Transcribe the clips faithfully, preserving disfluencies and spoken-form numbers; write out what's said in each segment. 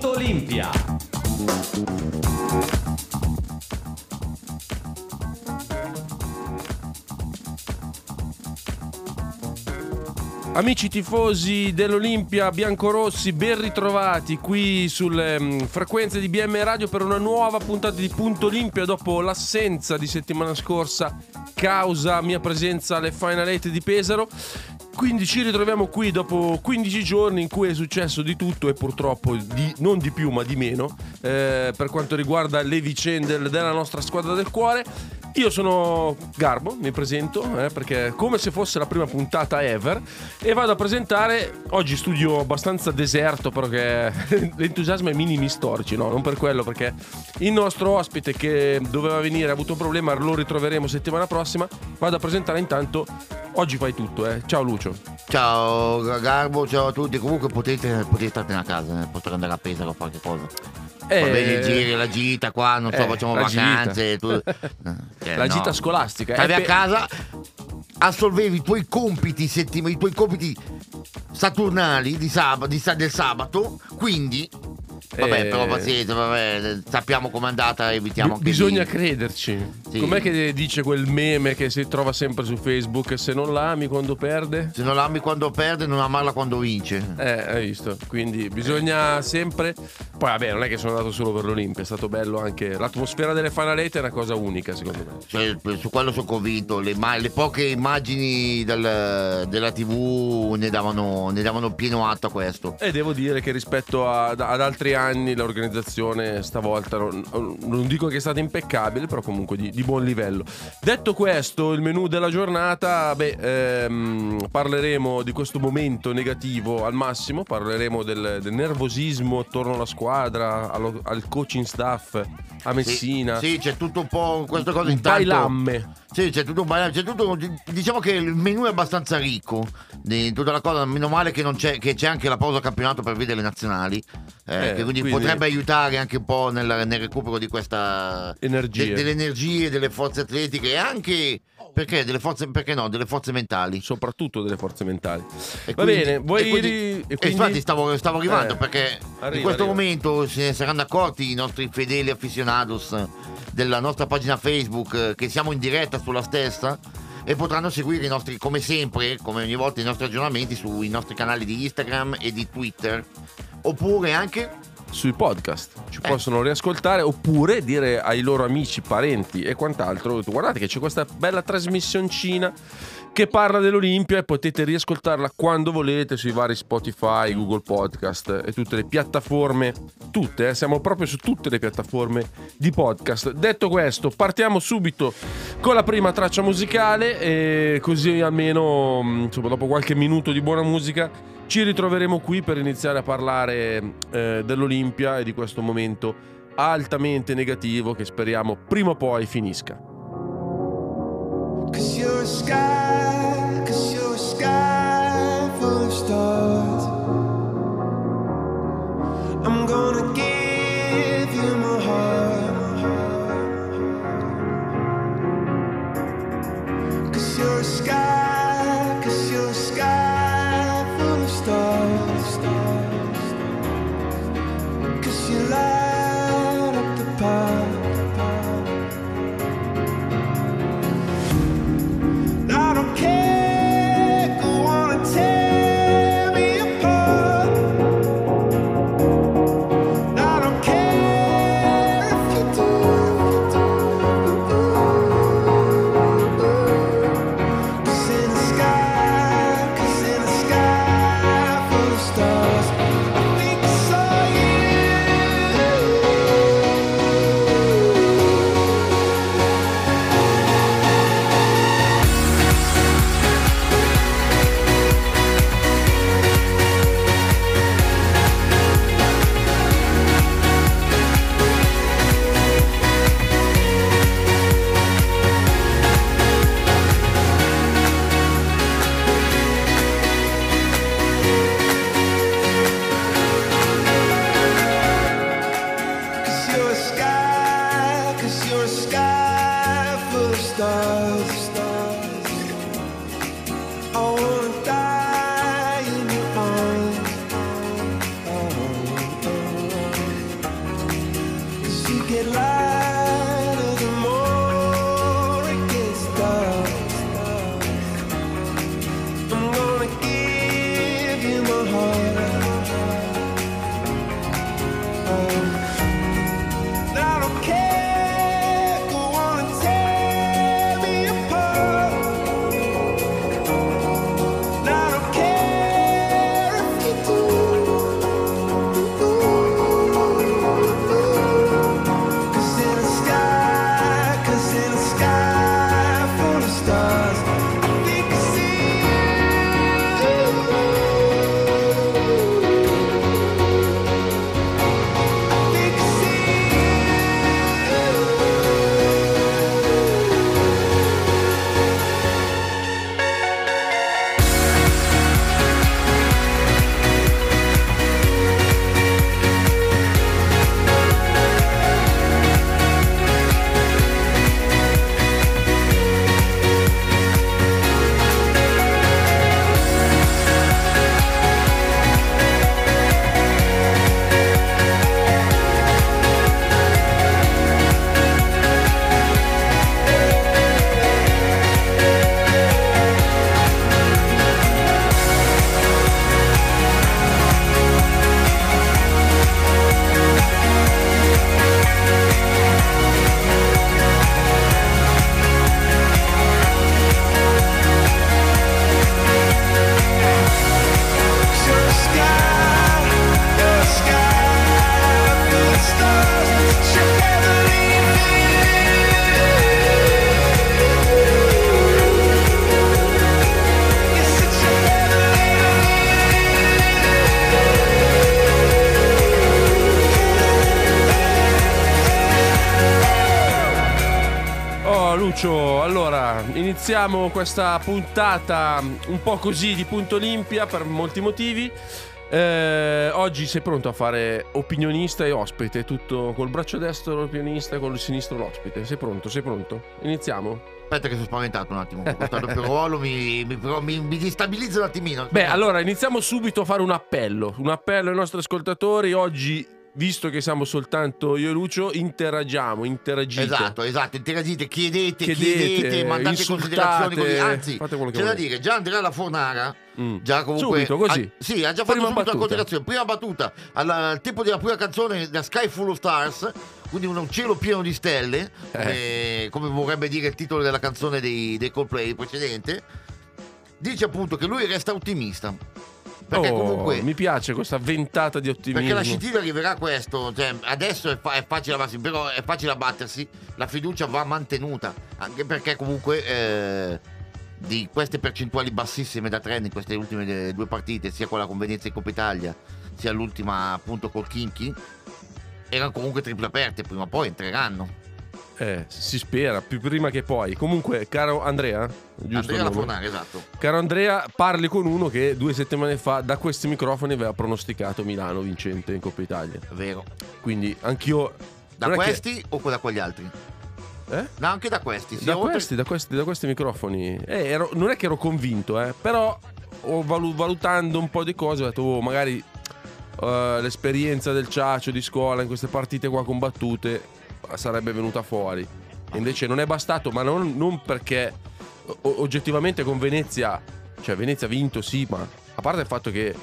Punto Olimpia. Amici tifosi dell'Olimpia biancorossi, ben ritrovati qui sulle um, frequenze di B M Radio per una nuova puntata di Punto Olimpia dopo l'assenza di settimana scorsa causa mia presenza alle Final Eight di Pesaro. Quindi ci ritroviamo qui dopo quindici giorni in cui è successo di tutto e purtroppo di, non di più ma di meno eh, per quanto riguarda le vicende della nostra squadra del cuore. Io sono Garbo, mi presento eh, perché come se fosse la prima puntata ever e vado a presentare, oggi studio abbastanza deserto perché l'entusiasmo è minimi storici, no, non per quello, perché il nostro ospite che doveva venire ha avuto un problema, lo ritroveremo settimana prossima. Vado a presentare intanto, oggi fai tutto, eh. Ciao Lucio. Ciao Garbo, ciao a tutti. Comunque potete, potete startene a casa, potete andare a Pesaro o qualche cosa. Eh, Va bene, il giri, la gita qua, non so, eh, facciamo la vacanze tu, eh, la no. gita scolastica. Stavi eh, a casa, assolvevi i tuoi compiti settim- i tuoi compiti saturnali di sab- di sa- del sabato, quindi vabbè, eh, però pazienza, vabbè, sappiamo com'è andata, evitiamo b- anche bisogna lì. crederci. Sì. Com'è che dice quel meme che si trova sempre su Facebook? Se non la ami quando perde, se non l'ami quando perde, non amarla quando vince. Eh, hai visto? Quindi bisogna sempre. Poi vabbè, non è che sono andato solo per l'Olimpia, è stato bello anche l'atmosfera delle Final Eight, è una cosa unica secondo me. Cioè, su quello sono convinto. Le, ma- le poche immagini del, della tivù ne davano, ne davano pieno atto a questo. E devo dire che rispetto a, ad altri anni l'organizzazione stavolta non, non dico che è stata impeccabile, però comunque di, di buon livello. Detto questo, il menù della giornata, beh, ehm, parleremo di questo momento negativo al massimo, parleremo del, del nervosismo attorno alla squadra, allo, al coaching staff a Messina. Sì, sì, c'è tutto un po' questa cosa un intanto. bailamme. Sì, c'è tutto un bailamme, c'è tutto, diciamo che il menù è abbastanza ricco di tutta la cosa, meno male che non c'è, che c'è anche la pausa campionato per vedere le nazionali, eh, Eh, che quindi, quindi potrebbe aiutare anche un po' nel, nel recupero di questa Energie. de, delle energie, delle forze atletiche e anche perché delle forze, perché no, delle forze mentali. Soprattutto delle forze mentali. E Va quindi- bene, vuoi e quindi- ri- e e quindi- infatti stavo, stavo arrivando Eh, perché arriva, in questo arriva. momento se ne saranno accorti i nostri fedeli aficionados della nostra pagina Facebook eh, che siamo in diretta sulla stessa e potranno seguire i nostri, come sempre, come ogni volta, i nostri aggiornamenti sui nostri canali di Instagram e di Twitter, oppure anche sui podcast ci Eh. possono riascoltare oppure dire ai loro amici, parenti e quant'altro: guardate che c'è questa bella trasmissioncina che parla dell'Olimpia e potete riascoltarla quando volete sui vari Spotify, Google Podcast e tutte le piattaforme, tutte, eh, siamo proprio su tutte le piattaforme di podcast. Detto questo, partiamo subito con la prima traccia musicale e così almeno, insomma, dopo qualche minuto di buona musica ci ritroveremo qui per iniziare a parlare eh, dell'Olimpia e di questo momento altamente negativo che speriamo prima o poi finisca. Cause you're a sky, cause you're a sky full of stars. I'm gonna give you my heart. Cause you're a sky, cause you're a sky full of stars. Cause you light up the park. I don't care, go on and tear me apart. I don't care if you do. Cause in the sky, cause iniziamo questa puntata un po' così di Punto Olimpia per molti motivi. Eh, oggi sei pronto a fare opinionista e ospite, tutto col braccio destro l'opinionista e col sinistro l'ospite. Sei pronto? Sei pronto? Iniziamo? Aspetta che sono spaventato un attimo. Questo doppio ruolo mi, mi, mi, mi distabilizza un attimino. Beh, allora iniziamo subito a fare un appello. Un appello ai nostri ascoltatori. Oggi, visto che siamo soltanto io e Lucio, interagiamo, interagite. Esatto, esatto, interagite, chiedete, Chiedete, chiedete, mandate insultate, considerazioni così. Anzi, fate quello che c'è da volete. dire, già Andrea La Fornara, Mm. già comunque Subito, così. ha, sì, ha già fatto Prima subito la battuta. considerazione. Prima battuta, al, al tempo della prima canzone, da Sky Full of Stars, quindi un cielo pieno di stelle, eh. come vorrebbe dire il titolo della canzone dei, dei Coldplay precedente, dice appunto che lui resta ottimista. Perché Oh, comunque mi piace questa ventata di ottimismo. perché la scintilla arriverà questo, cioè, adesso è, fa- è facile abbattersi, però è facile abbattersi, la fiducia va mantenuta, anche perché comunque eh, di queste percentuali bassissime da trend in queste ultime de- due partite, sia quella con Venezia e Coppa Italia, sia l'ultima appunto col Chimki, erano comunque triple aperte, prima o poi entreranno. Eh, si spera, più prima che poi. Comunque, caro Andrea, giusto Andrea il La nome? Fornara, esatto. Caro Andrea, parli con uno che due settimane fa da questi microfoni aveva pronosticato Milano vincente in Coppa Italia. Vero. Quindi anch'io. Da non è che- questi o da quegli altri? Eh? No, anche da questi. Sì, Da oltre- questi, da questi, da questi microfoni. Eh, ero- non è che ero convinto, eh, però ho valu- valutando un po' di cose ho detto, oh, magari eh, l'esperienza del Ciacio di scuola in queste partite qua combattute sarebbe venuta fuori. E invece non è bastato, ma non, non perché o- oggettivamente con Venezia, cioè Venezia ha vinto sì, ma a parte il fatto che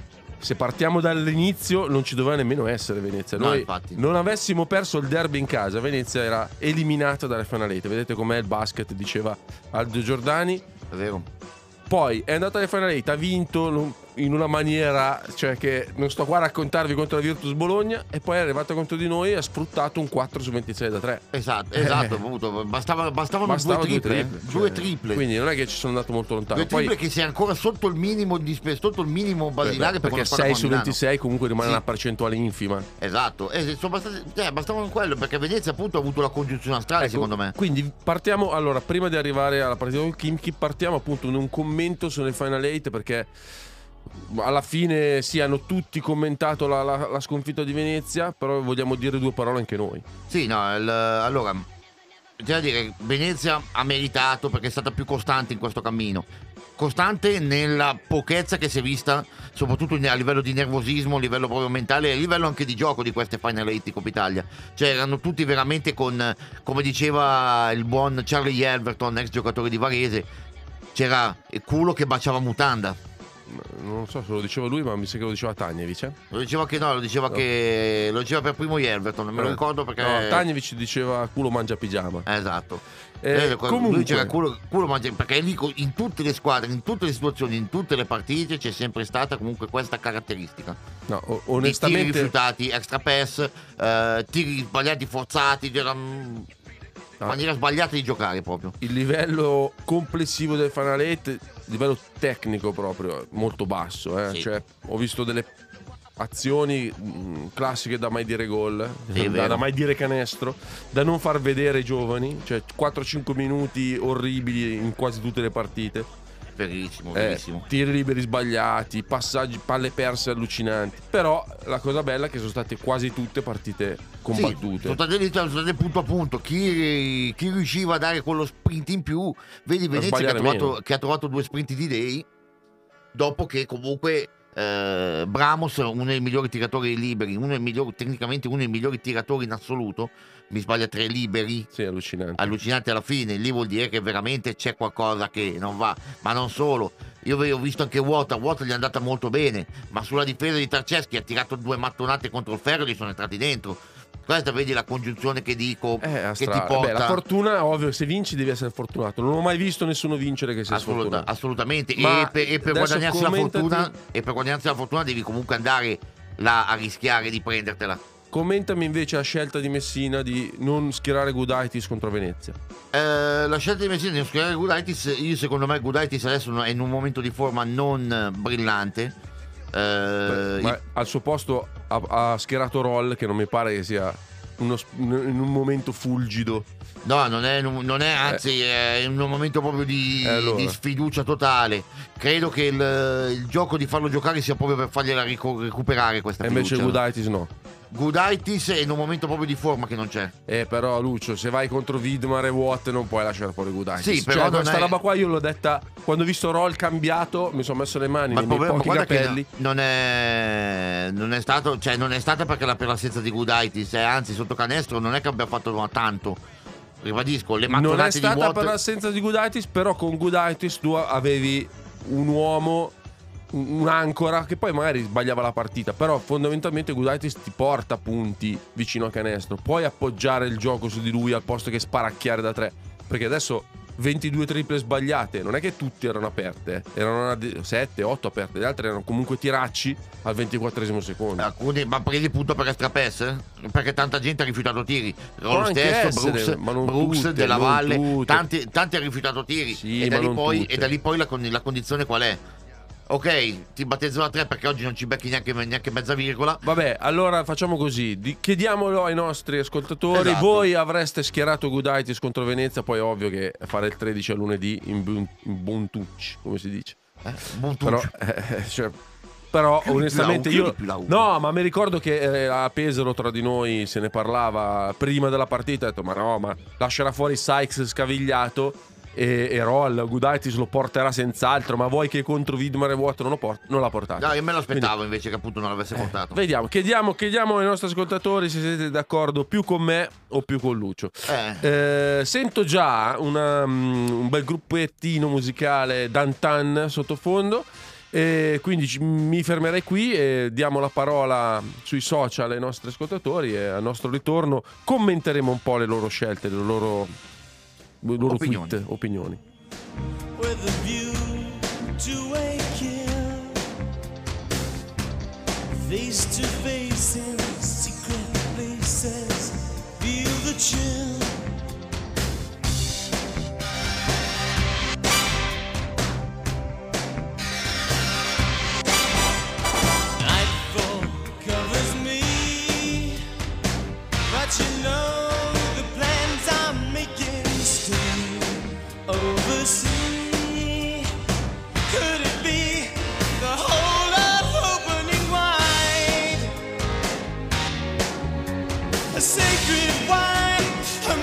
se partiamo dall'inizio non ci doveva nemmeno essere Venezia. No, Noi infatti. non avessimo perso il derby in casa, Venezia era eliminata dalle finalette. Vedete com'è il basket, diceva Aldo Giordani. È vero. Poi è andata alle finalette, ha vinto non- in una maniera, cioè che non sto qua a raccontarvi contro la Virtus Bologna, e poi è arrivata contro di noi e ha sfruttato un quattro su ventisei da tre. Esatto, esatto, appunto. Bastava, bastavano Bastava due triple, triple, due cioè, triple. Quindi non è che ci sono andato molto lontano. Due triple Poi, che sei ancora sotto il minimo indispe- sotto il minimo basilare per perché una squadra sei come su Milano. ventisei comunque rimane Sì. una percentuale infima. Esatto, e sono bastati, cioè, bastavano quello, perché Venezia appunto ha avuto la congiunzione astrale, Ecco, secondo me. Quindi partiamo, allora, prima di arrivare alla partita con Kimchi, partiamo appunto in un commento sulle Final Eight, perché alla fine sì, hanno tutti commentato la, la- la sconfitta di Venezia, però vogliamo dire due parole anche noi. Sì, no, il- allora c'è da dire, Venezia ha meritato perché è stata più costante in questo cammino. Costante nella pochezza che si è vista, soprattutto in- a livello di nervosismo, a livello proprio mentale e a livello anche di gioco di queste Final Eight di Coppa Italia. Cioè erano tutti veramente con, come diceva il buon Charlie Elverton, ex giocatore di Varese, c'era il culo che baciava mutanda. Non so se lo diceva lui, ma mi sa che lo diceva Tagnevic. Eh? Lo diceva che no, lo diceva No. che lo diceva per primo Elverton, non me lo ricordo perché No, Tagnevic diceva culo mangia pigiama. esatto. Eh, Eh, comunque- lui c'era culo, culo mangia- perché lì co- in tutte le squadre, in tutte le situazioni, in tutte le partite c'è sempre stata comunque questa caratteristica. No, o- Di tiri onestamente rifiutati, extra pass, eh, tiri sbagliati forzati, c'era mm, Ah. maniera sbagliata di giocare proprio. il livello complessivo del Final Eight, il livello tecnico proprio, molto basso. Eh? Sì. Cioè, ho visto delle azioni mh, classiche da mai dire gol, Sì, è da, vero. da mai dire canestro, da non far vedere i giovani, cioè quattro cinque minuti orribili in quasi tutte le partite. Verissimo, Eh, verissimo. tiri liberi sbagliati, passaggi, palle perse allucinanti. Però la cosa bella è che sono state quasi tutte partite Sì, combattute. sono state, sono state punto a punto. Chi, chi riusciva a dare quello sprint in più, vedi Venezia che ha, sbagliare trovato, meno. che ha trovato due sprint di day, dopo che comunque eh, Bramos, uno dei migliori tiratori liberi, uno dei migliori, tecnicamente uno dei migliori tiratori in assoluto, mi sbaglia tre liberi, Sì, allucinante. allucinante alla fine. Lì vuol dire che veramente c'è qualcosa che non va, ma non solo. Io ho visto anche Water, Water gli è andata molto bene, ma sulla difesa di Tarceschi ha tirato due mattonate contro il ferro e gli sono entrati dentro. Questa vedi la congiunzione che dico, Eh, che ti astrale. porta. Beh, la fortuna, ovvio, se vinci devi essere fortunato. Non ho mai visto nessuno vincere che sia Assoluta- sfortunato. assolutamente. Ma E per, e per adesso guadagnarsi la commentati- fortuna, e per guadagnarsi la fortuna devi comunque andare là a rischiare di prendertela. Commentami invece la scelta di Messina di non schierare Gudaitis contro Venezia. Eh, la scelta di Messina di non schierare Gudaitis, io secondo me Gudaitis adesso è in un momento di forma non brillante. Eh, Ma al suo posto ha, ha schierato Roll, che non mi pare che sia uno, in un momento fulgido. No, non è, non è anzi, eh. è in un momento proprio di, allora. di sfiducia totale. Credo che il, il gioco di farlo giocare sia proprio per fargliela rico- recuperare questa E fiducia. invece Gudaitis no. Gudaitis è in un momento proprio di forma che non c'è. Eh, però Lucio, se vai contro Widmar e Watt non puoi lasciare fuori Gudaitis. Sì, però cioè, non questa è... roba qua io l'ho detta quando ho visto Roll cambiato, mi sono messo le mani Ma nei il miei problema pochi guarda che capelli. non è non è stato, cioè non è stata perché la, per l'assenza di Gudaitis, eh, anzi sotto canestro non è che abbia fatto tanto. Ribadisco, le mattonate Non è di stata Watt... per l'assenza di Gudaitis, però con Gudaitis tu avevi un uomo, un'ancora che poi magari sbagliava la partita, però fondamentalmente Gudaitis ti porta punti vicino a canestro, puoi appoggiare il gioco su di lui al posto che sparacchiare da tre, perché adesso ventidue triple sbagliate, non è che tutte erano aperte, erano sette otto aperte, le altre erano comunque tiracci al ventiquattresimo secondo. Alcuni, ma prendi punto per extra pass? Perché tanta gente ha rifiutato tiri. Può Lo anche stesso essere, Brooks, ma non Brooks tutte, della non Valle, tutte. tanti, tanti hanno rifiutato tiri. Sì, e, da ma lì non poi, tutte. e da lì poi la, con- la condizione qual è? Ok, ti battezzo a tre perché oggi non ci becchi neanche, neanche mezza virgola. Vabbè, allora facciamo così, di- chiediamolo ai nostri ascoltatori. Esatto. Voi avreste schierato Gudaitis contro Venezia, poi è ovvio che fare il tredici a lunedì in, bun- in buntucci, come si dice. Eh, buon Però, tuccio. eh, cioè, però Più di onestamente più, io più di più, no, ma mi ricordo che eh, a Pesaro tra di noi se ne parlava prima della partita, ho detto ma no, ma lascerà fuori Sykes scavigliato e, e Roll, Gudaitis lo porterà senz'altro, ma vuoi che contro Widmar e Watt non lo port- non l'ha portato. No, io me lo aspettavo invece che appunto non l'avesse portato. Vediamo, chiediamo, chiediamo ai nostri ascoltatori se siete d'accordo più con me o più con Lucio. Eh. Eh, sento già una, mm, un bel gruppettino musicale d'antan sottofondo, e quindi ci- mi fermerei qui e diamo la parola sui social ai nostri ascoltatori e al nostro ritorno commenteremo un po' le loro scelte, le loro, le loro Opinioni. tweet, opinioni. with a view to a kill, face to face in secret places, feel the chill. Nightfall covers me, but you know the plans I'm making stay overseas. Could it be the whole of opening wide? A sacred wine, a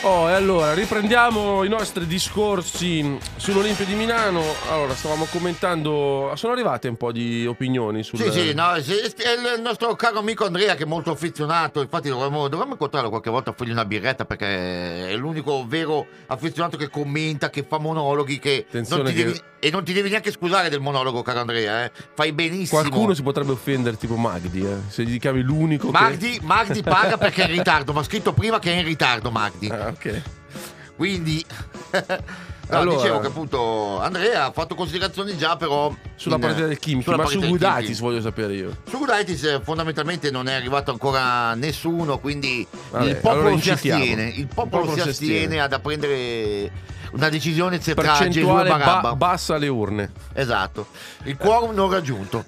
Oh, e allora riprendiamo i nostri discorsi sull'Olimpia di Milano. Allora, stavamo commentando. Sono arrivate un po' di opinioni sul. Sì, sì, no, sì, è il nostro caro amico Andrea che è molto affezionato. Infatti, dovremmo, dovremmo incontrarlo qualche volta a fargli una birretta perché è l'unico vero affezionato che commenta, che fa monologhi. Che non Attenzione ti che- devi, e non ti devi neanche scusare del monologo, caro Andrea. Eh. Fai benissimo. Qualcuno si potrebbe offendere, tipo Magdi, eh, se gli chiami l'unico. Magdi, che... Magdi paga perché è in ritardo, ma ha scritto prima che è in ritardo Magdi. Ah, ok. Quindi no, Allora- dicevo che appunto Andrea ha fatto considerazioni già però Sulla in- partita del Chimichi, sulla ma su partita del Gudaitis Chimichi. voglio sapere io. Su Gudaitis eh, fondamentalmente non è arrivato ancora nessuno, quindi Vabbè, il popolo allora si incitiamo. astiene, il popolo, si astiene ad prendere una decisione tra Gesù e Percentuale ba- Barabba. bassa alle urne. Esatto, il quorum non raggiunto.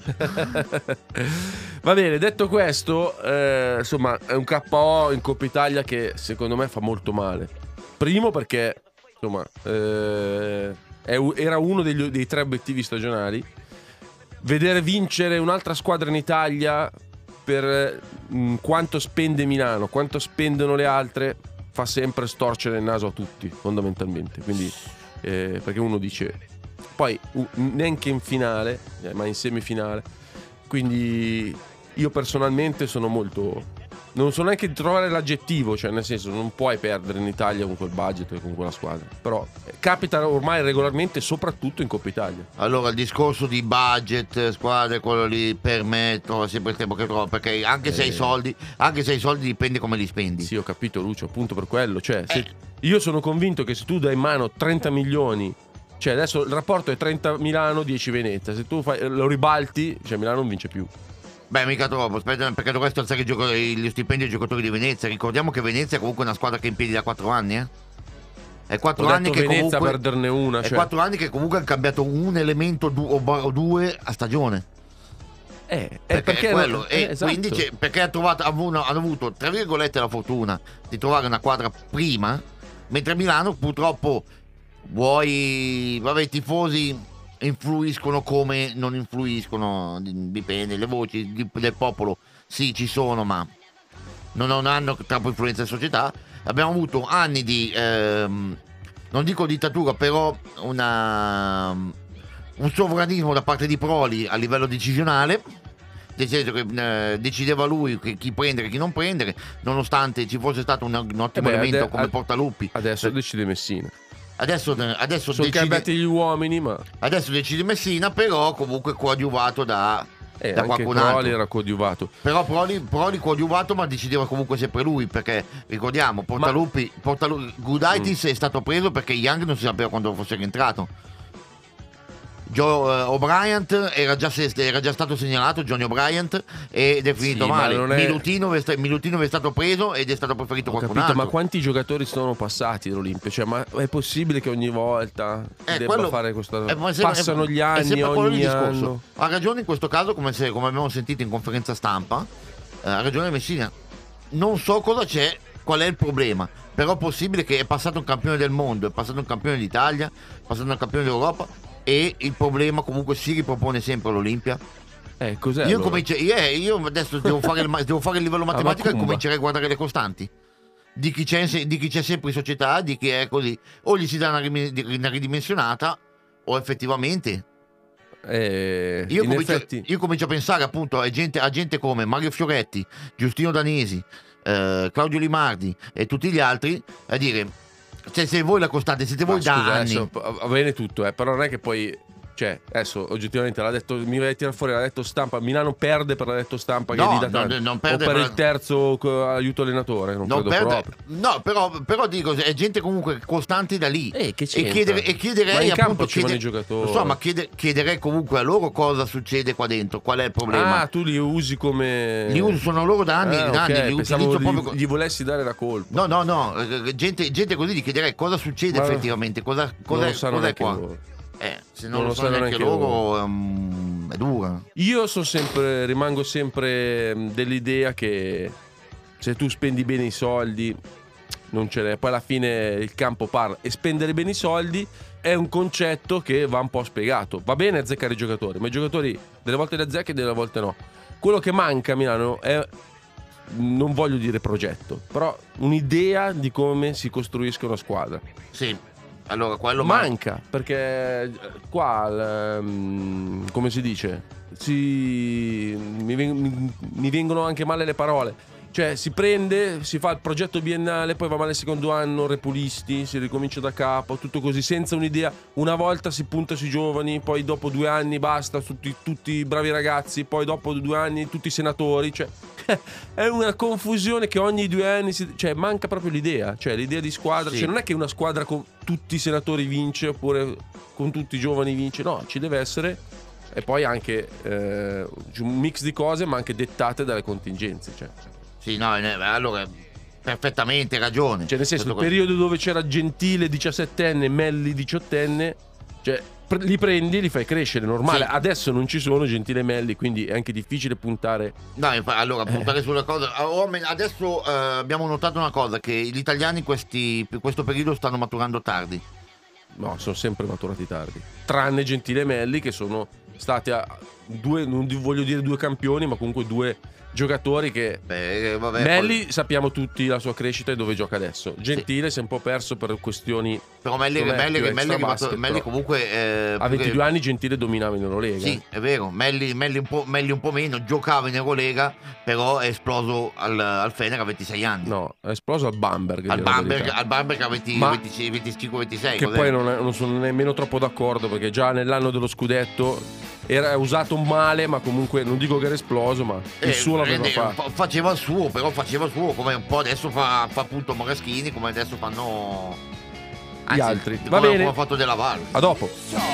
Va bene, detto questo, eh, insomma, è un K O in Coppa Italia che secondo me fa molto male. Primo perché, insomma, eh, è u- era uno degli- dei tre obiettivi stagionali. Vedere vincere un'altra squadra in Italia per eh, mh, quanto spende Milano, quanto spendono le altre, fa sempre storcere il naso a tutti, fondamentalmente. Quindi, eh, perché uno dice, poi u- neanche in finale, eh, ma in semifinale. Quindi io personalmente sono molto. Non so neanche di trovare l'aggettivo, cioè nel senso non puoi perdere in Italia con quel budget e con quella squadra. Però eh, capita ormai regolarmente, soprattutto in Coppa Italia. Allora il discorso di budget, squadre, quello lì per me trova sempre il tempo che trovo, perché anche se hai Eh. soldi, anche se hai soldi dipende come li spendi. Sì, ho capito, Lucio, appunto per quello. Cioè, se- Eh. io sono convinto che se tu dai in mano trenta milioni, cioè adesso il rapporto è trenta Milano, dieci Venezia. Se tu fai, lo ribalti, cioè Milano non vince più. Beh, mica troppo, aspetta, perché dovresti alzare i giocatori- gli stipendi ai giocatori di Venezia. Ricordiamo che Venezia è comunque una squadra che è in piedi da quattro anni, eh? È quattro Ho anni detto che Venezia comunque. a perderne una. È Cioè, quattro anni che comunque hanno cambiato un elemento du- o bar- o due a stagione. eh, eh, Perché, perché è quello. eh, E esatto. quindi c'è- perché ha trovato, hanno, hanno avuto, tra virgolette, la fortuna di trovare una quadra prima, mentre Milano purtroppo vuoi. Vabbè, i tifosi influiscono come non influiscono, dipende, le voci di- del popolo sì ci sono, ma non, non hanno troppa influenza in società. Abbiamo avuto anni di ehm, non dico dittatura, però una un sovranismo da parte di Proli a livello decisionale, nel senso che eh, decideva lui che- chi prendere e chi non prendere, nonostante ci fosse stato un, un ottimo Eh beh, elemento ade- come ad- Portaluppi. Adesso decide Messina. Adesso, adesso Sono decide, cambiati gli uomini, ma adesso decide Messina, però comunque coadiuvato da, eh, da anche qualcun Proli altro. era coadiuvato. Però Proli, Proli coadiuvato, ma decideva comunque sempre lui, perché ricordiamo, Portaluppi, Portalu- Gudaitis Mm. è stato preso perché Young non si sapeva quando fosse rientrato. Joe eh, O'Brien era già, se- era già stato segnalato, Johnny O'Brien, ed è finito Sì, ma male. non è- Milutino, è sta- Milutino è stato preso ed è stato preferito Ho qualcun capito, altro. ma quanti giocatori sono passati dall'Olimpia? Cioè, ma è possibile che ogni volta Eh, debba quello- fare questa. eh, ma sembra- Passano è- gli è anni, sempre quello ogni il discorso. anno. Ha ragione in questo caso, come, se- come abbiamo sentito in conferenza stampa, eh, ha ragione Messina. Non so cosa c'è, qual è il problema, però è possibile che è passato un campione del mondo, è passato un campione d'Italia, è passato un campione d'Europa, e il problema comunque si ripropone sempre all'Olimpia. Eh, cos'è? Io, allora? comincio- eh, io adesso devo fare il, ma- devo fare il livello matematico e Macumba. comincerei a guardare le costanti. Di chi, c'è, in se- di chi c'è sempre in società, di chi è così. O gli si dà una, rimi- una ridimensionata, o effettivamente. Eh, Io in comincio, effetti, io comincio a pensare appunto a gente, a gente come Mario Fioretti, Giustino Danesi, eh, Claudio Limardi e tutti gli altri, a dire, cioè, se voi la costate, siete voi ma da scusa, anni. adesso, va bene tutto, eh, però non è che poi. Cioè, adesso oggettivamente l'ha detto, mi vai a tirare fuori, l'ha detto stampa. Milano perde per la detto stampa che No, gli dà non- tanto. non perde o per per- il terzo co- aiuto allenatore, non, Non credo perde- proprio. no, però, però dico, è gente comunque costante da lì. Eh, che e, c'entra? chiedere- e chiederei Ma in appunto. campo ci vanno chiede- i giocatori. Lo so, ma chiede- chiederei comunque a loro cosa succede qua dentro, qual è il problema. Ah, tu li usi come. Li uso, sono loro da anni, Ah, da anni, ok, li pensavo utilizzo gli, proprio. co- gli volessi dare la colpa. No, no, no, eh, gente, gente così gli chiederei cosa succede Ma- effettivamente, cosa, Non cosa, lo sanno cos'è neanche qua. loro. Eh, se non, Non lo lo sanno sanno neanche neanche loro, ehm, è dura. Io sono sempre, rimango sempre mh, dell'idea che se tu spendi bene i soldi non ce n'è, poi alla fine il campo parla, e spendere bene i soldi è un concetto che va un po' spiegato. Va bene azzeccare i giocatori, ma i giocatori delle volte li azzecchi e delle volte no. Quello che manca a Milano è non voglio dire progetto, però un'idea di come si costruisca una squadra. Sì, allora quello manca, perché qua, um, come si dice, si, mi, mi, mi vengono anche male le parole. Cioè si prende, si fa il progetto biennale, poi va male il secondo anno, repulisti, si ricomincia da capo, tutto così, senza un'idea. Una volta si punta sui giovani, poi dopo due anni basta, tutti, tutti bravi ragazzi, poi dopo due anni tutti senatori. Cioè è una confusione che ogni due anni si, cioè manca proprio l'idea, cioè l'idea di squadra. Sì. Cioè non è che una squadra con tutti i senatori vince, oppure con tutti i giovani vince, no, ci deve essere. E poi anche eh, un mix di cose, ma anche dettate dalle contingenze, cioè. Sì, no, allora perfettamente ragione. Cioè nel senso, il Questo periodo dove c'era Gentile diciassettenne, Melli diciottenne, cioè pre- li prendi e li fai crescere, normale. Sì. Adesso non ci sono Gentile e Melli, quindi è anche difficile puntare. No, allora puntare eh. sulla cosa. Adesso eh, abbiamo notato una cosa, che gli italiani questi, questo periodo stanno maturando tardi. No, sono sempre maturati tardi. Tranne Gentile e Melli, che sono stati a due, non voglio dire due campioni, ma comunque due giocatori che Beh, vabbè, Melli poi... sappiamo tutti la sua crescita e dove gioca adesso. Gentile sì. Si è un po' perso per questioni. Però Melli, Melli, Melli, Melli, basket, Melli però. comunque eh, a ventidue perché... anni Gentile dominava in Eurolega. Sì, è vero. Melli, Melli, un po', Melli un po' meno, giocava in Eurolega, però è esploso al, al Fener a ventisei anni. No, è esploso al Bamberg. Al Bamberg, al Bamberg a venti, Ma... venticinque ventisei. Che cos'è? poi non, è, non sono nemmeno troppo d'accordo, perché già nell'anno dello scudetto era usato male, ma comunque non dico che era esploso, ma il eh, suo l'aveva fatto. Faceva il suo, però faceva il suo, come un po' adesso fa, fa appunto Moraschini, come adesso fanno anzi, gli altri. come, Va bene. come ha fatto Della Valle. A dopo.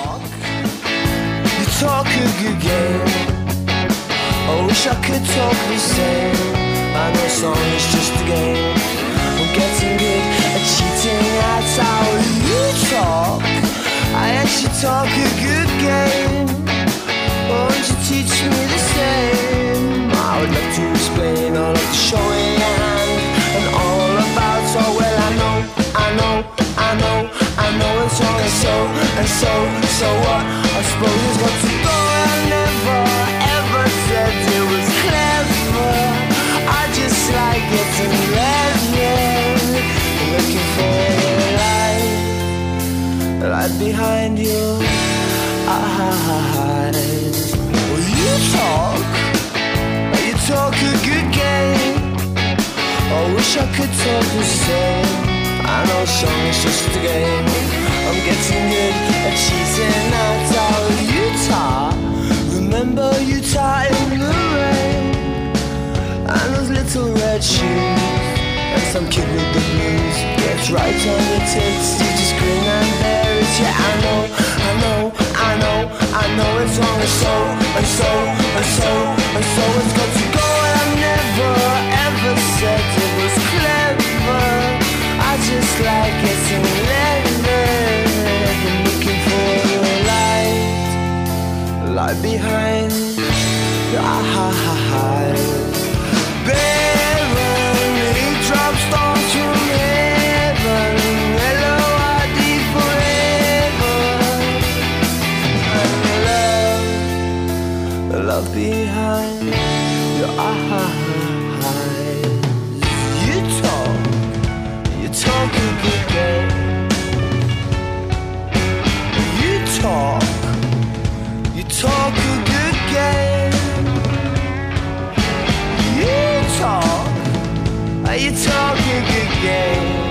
You talk a good game. I wish I could talk the same. I know song is just a game. I'm getting good at cheating, that's how you talk. I actually talk a good game. Won't you teach me the same? I would love to explain all of the showing hand and all about, oh well I know, I know, I know, I know it's wrong and so, and so, so what? I suppose it's got to go. I never ever said it was clever. I just like getting level, looking for the light, the light behind you. Eyes. Well, you talk, you talk a good game. I wish I could talk the same. I know song is just a game. I'm getting good at cheesing out how you talk. Remember you talk in the rain, and those little red shoes, and some kid with the blues gets right on your tits. You just grin and bear it. Yeah, I know, I know, I know, I know it's wrong and so, and so, and so, and so it's got to go. And I never ever said it was clever. I just like getting level, looking for the light, the light behind your eyes. Barely drop stones from heaven, hello I D forever. And love, the love behind your eyes. You talk, you talk a good game. You talk, you talk a good game. You talk, you talk a good game.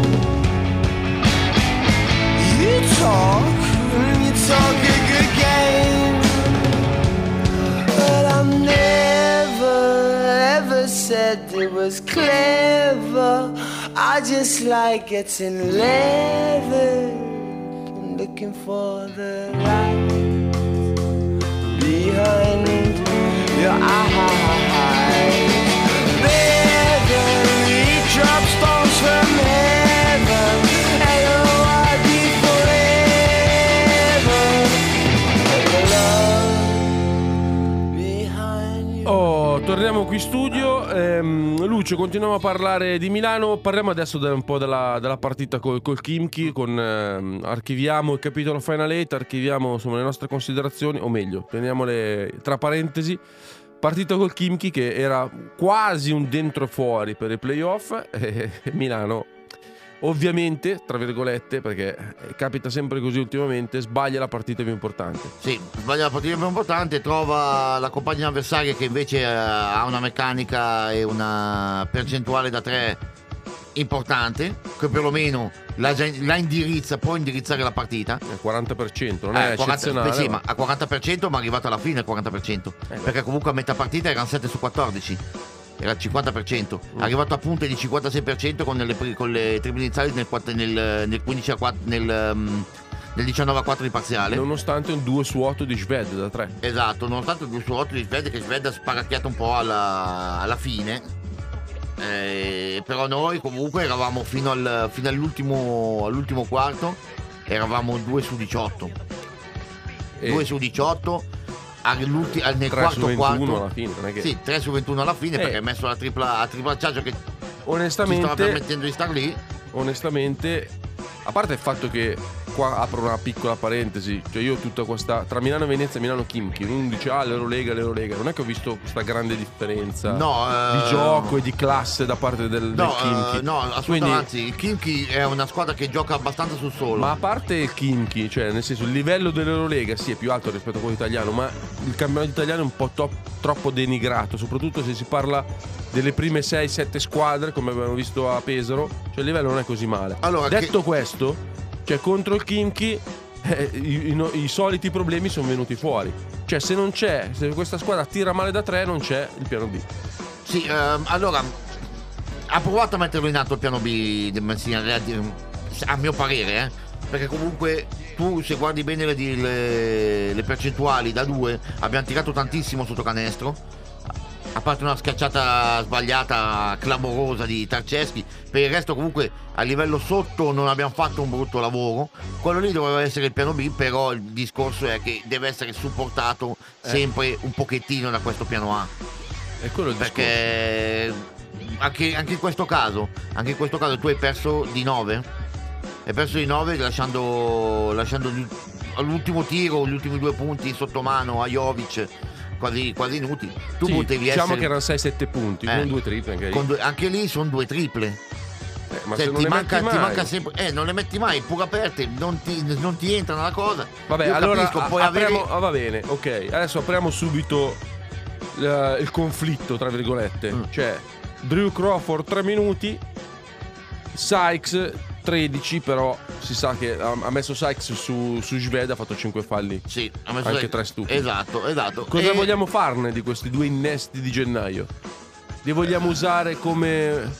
You talk, you talk a good game. But I never ever said it was clever. I just like getting level, looking for the light behind your eyes. Beverly drop stones from heaven, L O I D forever. And the love behind you. Oh, torniamo qui in studio. ehm, Lucio, continuiamo a parlare di Milano. Parliamo adesso de- un po' della, della partita col, col Khimki, con, ehm, archiviamo il capitolo Final Eight, archiviamo insomma le nostre considerazioni, o meglio, teniamole tra parentesi, Partita col Khimki che era quasi un dentro fuori per i playoff, e Milano ovviamente, tra virgolette, perché capita sempre così ultimamente, sbaglia la partita più importante. Sì, sbaglia la partita più importante, trova la compagna avversaria che invece ha una meccanica e una percentuale da tre importante, che perlomeno la, la indirizza, può indirizzare la partita. Il quaranta per cento, non eh, è quaranta, eccezionale. Sì, ma a quaranta per cento, ma è arrivato alla fine al quaranta per cento, eh, perché comunque a metà partita erano sette su quattordici. Era il cinquanta per cento, mm. arrivato a punte di cinquantasei per cento con le, con le triple iniziali nel, nel, nel quindici a quattro, nel, um, nel diciannove a quattro di parziale. Nonostante un due su otto di Sved da tre. Esatto, nonostante un due su otto di Sved, che Sved ha sparacchiato un po' alla, alla fine. Eh, però noi comunque eravamo fino, al, fino all'ultimo, all'ultimo quarto, eravamo due su diciotto. E... due su diciotto. Nel quarto quarto alla fine, non è che... sì, tre su ventuno alla fine, eh. perché ha messo la tripla a triplacciaggio che onestamente ci stava permettendo di star lì. Onestamente, a parte il fatto che qua apro una piccola parentesi, cioè io tutta questa tra Milano e Venezia e Milano Khimki, uno dice ah l'Eurolega, l'Eurolega, non è che ho visto questa grande differenza no, di uh... gioco e di classe da parte del, no, del Khimki. Uh, no, assolutamente. Quindi, anzi, il Khimki è una squadra che gioca abbastanza sul solo. Ma a parte il Khimki, cioè nel senso il livello dell'Eurolega sì è più alto rispetto a quello italiano, ma il campionato italiano è un po' top, troppo denigrato, soprattutto se si parla delle prime sei sette squadre come abbiamo visto a Pesaro, cioè il livello non è così male. Allora, detto che... questo, cioè contro il Khimki eh, i, i, i soliti problemi sono venuti fuori. Cioè se non c'è, se questa squadra tira male da tre, non c'è il piano B. Sì, ehm, allora ha provato a metterlo in atto il piano B del Messina, a mio parere, eh, perché comunque tu se guardi bene le, le, le percentuali da due abbiamo tirato tantissimo sotto canestro, a parte una schiacciata sbagliata clamorosa di Tarceschi. Per il resto comunque a livello sotto non abbiamo fatto un brutto lavoro. Quello lì doveva essere il piano B, però il discorso è che deve essere supportato eh. sempre un pochettino da questo piano A. È quello il perché anche, anche in questo caso anche in questo caso tu hai perso di nove hai perso di nove lasciando lasciando all'ultimo tiro gli ultimi due punti sotto mano a Jovic quasi, quasi inutili. Tu sì, potevi diciamo essere... che erano sei sette punti eh, con due triple anche lì, con due, anche lì sono due triple. Eh, ma cioè, se non ti, le manca, metti ti mai. manca sempre, eh, non le metti mai, pure aperte, non ti, non ti entra nella cosa. Vabbè, io allora capisco, puoi apriamo, avere... ah, va bene, ok. Adesso apriamo subito uh, il conflitto, tra virgolette. Mm. Cioè, Drew Crawford tre minuti, Sykes tredici, però si sa che ha messo Sykes su, su Sved, ha fatto cinque falli. Sì, ha messo anche Sykes. tre stupidi. Esatto, esatto. Cosa e... vogliamo farne di questi due innesti di gennaio? Li vogliamo usare come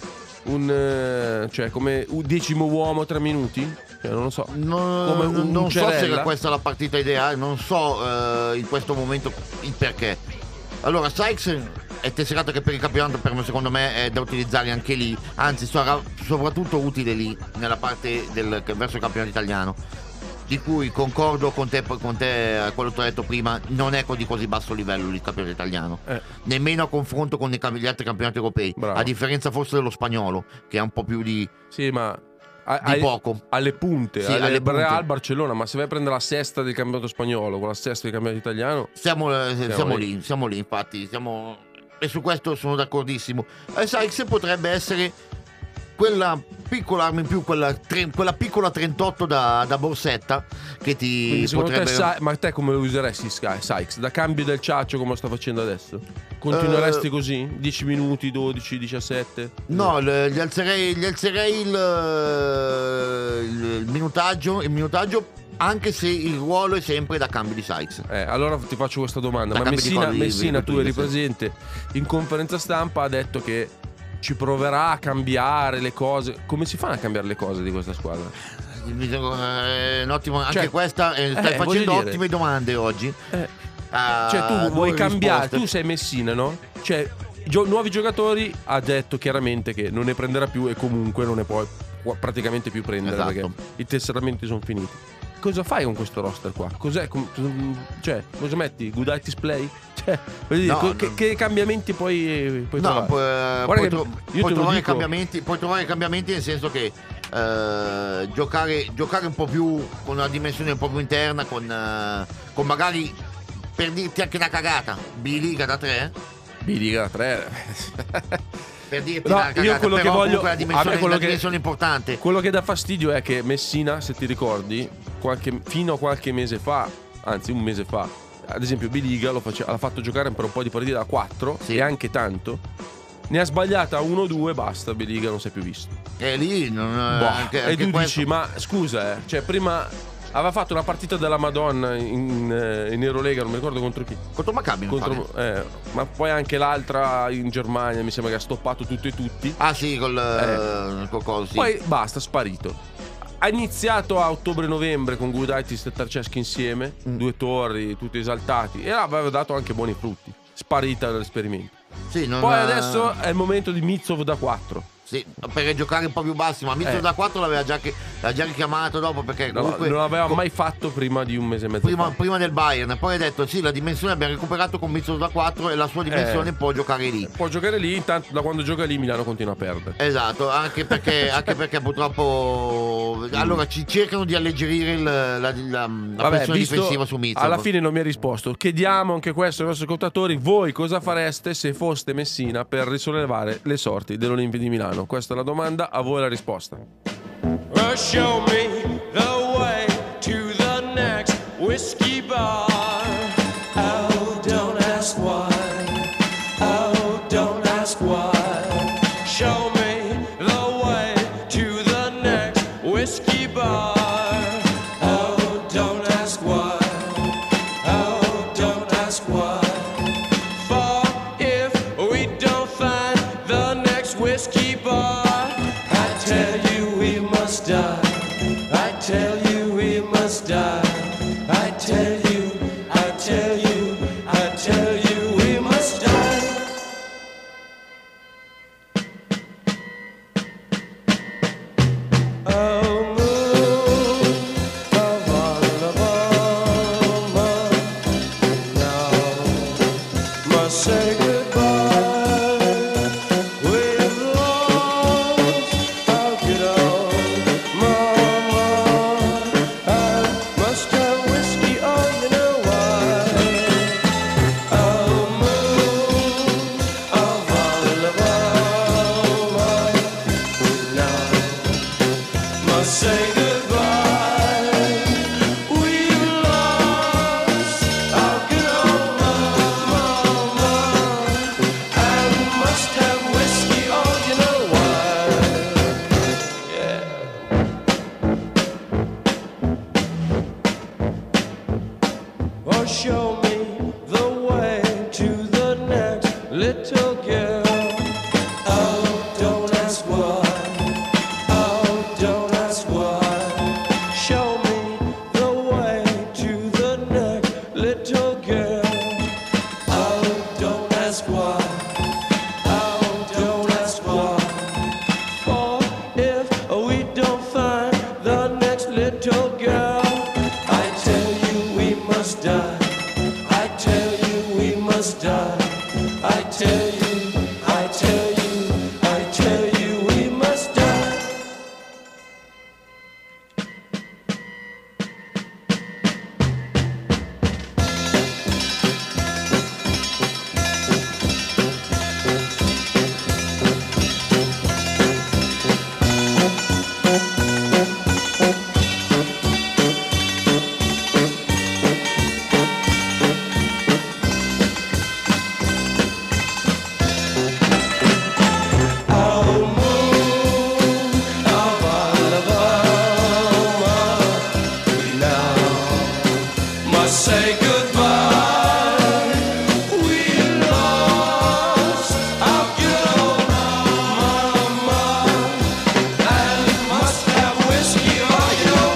un cioè come un decimo uomo tre minuti? Cioè, non lo so. No, come un non so Cerella. se questa è la partita ideale, non so uh, in questo momento il perché. Allora, Sykes è tesserato che per il campionato, per me, secondo me è da utilizzare anche lì, anzi sarà soprattutto utile lì nella parte del verso il campionato italiano, di cui concordo con te, con te quello che ti ho detto prima, non è di così basso livello il campionato italiano, eh. nemmeno a confronto con gli altri campionati europei. Bravo. A differenza forse dello spagnolo, che ha un po' più di sì, ma a, di ai, poco alle punte, sì, alle, alle punte. Real Barcellona, ma se vai a prendere la sesta del campionato spagnolo con la sesta del campionato italiano, siamo, eh, siamo, siamo lì. lì siamo lì infatti siamo, e su questo sono d'accordissimo. E Sykes potrebbe essere quella piccola arma in più, quella, tre, quella piccola trentotto da, da borsetta che ti potrebbe... te, sa, ma te come lo useresti Sykes? Da cambio del ciaccio come lo sta facendo adesso? Continueresti uh, così? dieci minuti, dodici, diciassette? No, le, gli alzerei, gli alzerei il, il, il minutaggio il minutaggio anche se il ruolo è sempre da cambio di Sykes. Eh, allora ti faccio questa domanda. Da ma Messina, di, Messina di, tu eri presente in conferenza stampa, ha detto che ci proverà a cambiare le cose. Come si fanno a cambiare le cose di questa squadra? Eh, un ottimo, anche cioè, questa eh, stai eh, facendo dire, ottime domande oggi. Eh, uh, cioè tu vuoi cambiare, risposte. Tu sei Messina, no? Cioè gio- nuovi giocatori, ha detto chiaramente che non ne prenderà più e comunque non ne può praticamente più prendere, esatto, perché i tesseramenti sono finiti. Cosa fai con questo roster qua? Cos'è? Cioè, cosa metti? Good Eye Display? Cioè, voglio dire, no, che, no. che cambiamenti puoi, puoi no, trovare? Puoi, puoi, tro- puoi, trovare cambiamenti, puoi trovare cambiamenti nel senso che eh, giocare, giocare un po' più con una dimensione un po' più interna, con, eh, con magari per dirti anche una cagata, biliga da tre. Biliga da tre. Per dirti No, una io cagata, quello che però voglio- comunque la dimensione, a me quello la che- dimensione importante. Quello che dà fastidio è che Messina, se ti ricordi, qualche, fino a qualche mese fa, anzi un mese fa, ad esempio Biliga lo face- l'ha fatto giocare per un po' di partite da quattro, Sì. e anche tanto. Ne ha sbagliata uno o due, basta, Biliga non si è più visto. E lì non, Boh, anche, e anche tu questo- dici, ma scusa, eh, cioè prima aveva fatto una partita della Madonna in, eh, in Eurolega, non mi ricordo contro chi. contro Maccabi non Contro- fare. eh, ma poi anche l'altra in Germania, mi sembra che ha stoppato tutti e tutti. Ah sì, col, eh. col coso, sì. Poi basta, sparito. Ha iniziato a ottobre-novembre con Gudaitis e Tarceschi insieme, Mm. due torri, tutti esaltati, e aveva dato anche buoni frutti. Sparita dall'esperimento. Sì, non- Poi adesso è il momento di Mitsov da quattro. Sì, per giocare un po' più bassi, ma Mizzo Eh. da quattro l'aveva già, che- l'aveva già richiamato dopo perché No, comunque non l'aveva co- mai fatto prima di un mese e mezzo prima, fa. prima del Bayern. Poi ha detto sì, la dimensione abbiamo recuperato con Mizzo da quattro e la sua dimensione Eh. può giocare lì. Può giocare lì, intanto da quando gioca lì Milano continua a perdere. Esatto, anche perché, anche perché purtroppo allora ci cercano di alleggerire il- la, la, la Vabbè, pressione visto- difensiva su Mizzo. alla fine non mi ha risposto. Chiediamo anche questo ai nostri ascoltatori: voi cosa fareste se foste Messina per risollevare le sorti dell'Olimpia di Milano? Questa è la domanda, a voi la risposta. Well, show me the way to the next whiskey bar. Oh, don't ask why. Oh, don't ask why. Show me the way to the next whiskey bar. Oh, don't ask why. Oh, don't ask why. For if we don't find the next whiskey bar, I tell you we must die. I tell you we must die. I tell you, I tell you, I tell you we must die. Oh, moon of Alabama, now must say goodbye. We've lost our good old mama. I must have whiskey, oh, you know why. Oh, moon of Alabama, now must say goodbye. We've lost our good old mama, and must have whiskey, oh, you know why. Yeah. Oh, show me the way to the next little girl. Oh, don't ask why. Oh, don't ask why. Show me the way to the next little girl. Oh, don't ask why. Oh, don't ask why. For if we don't find the next little girl, I tell you we must die. I tell you we must die. I tell you, I tell you, I tell you we must die. Oh, moon of Alabama, we now must say goodbye. We lost our good old mama, and must have whiskey, oh, you know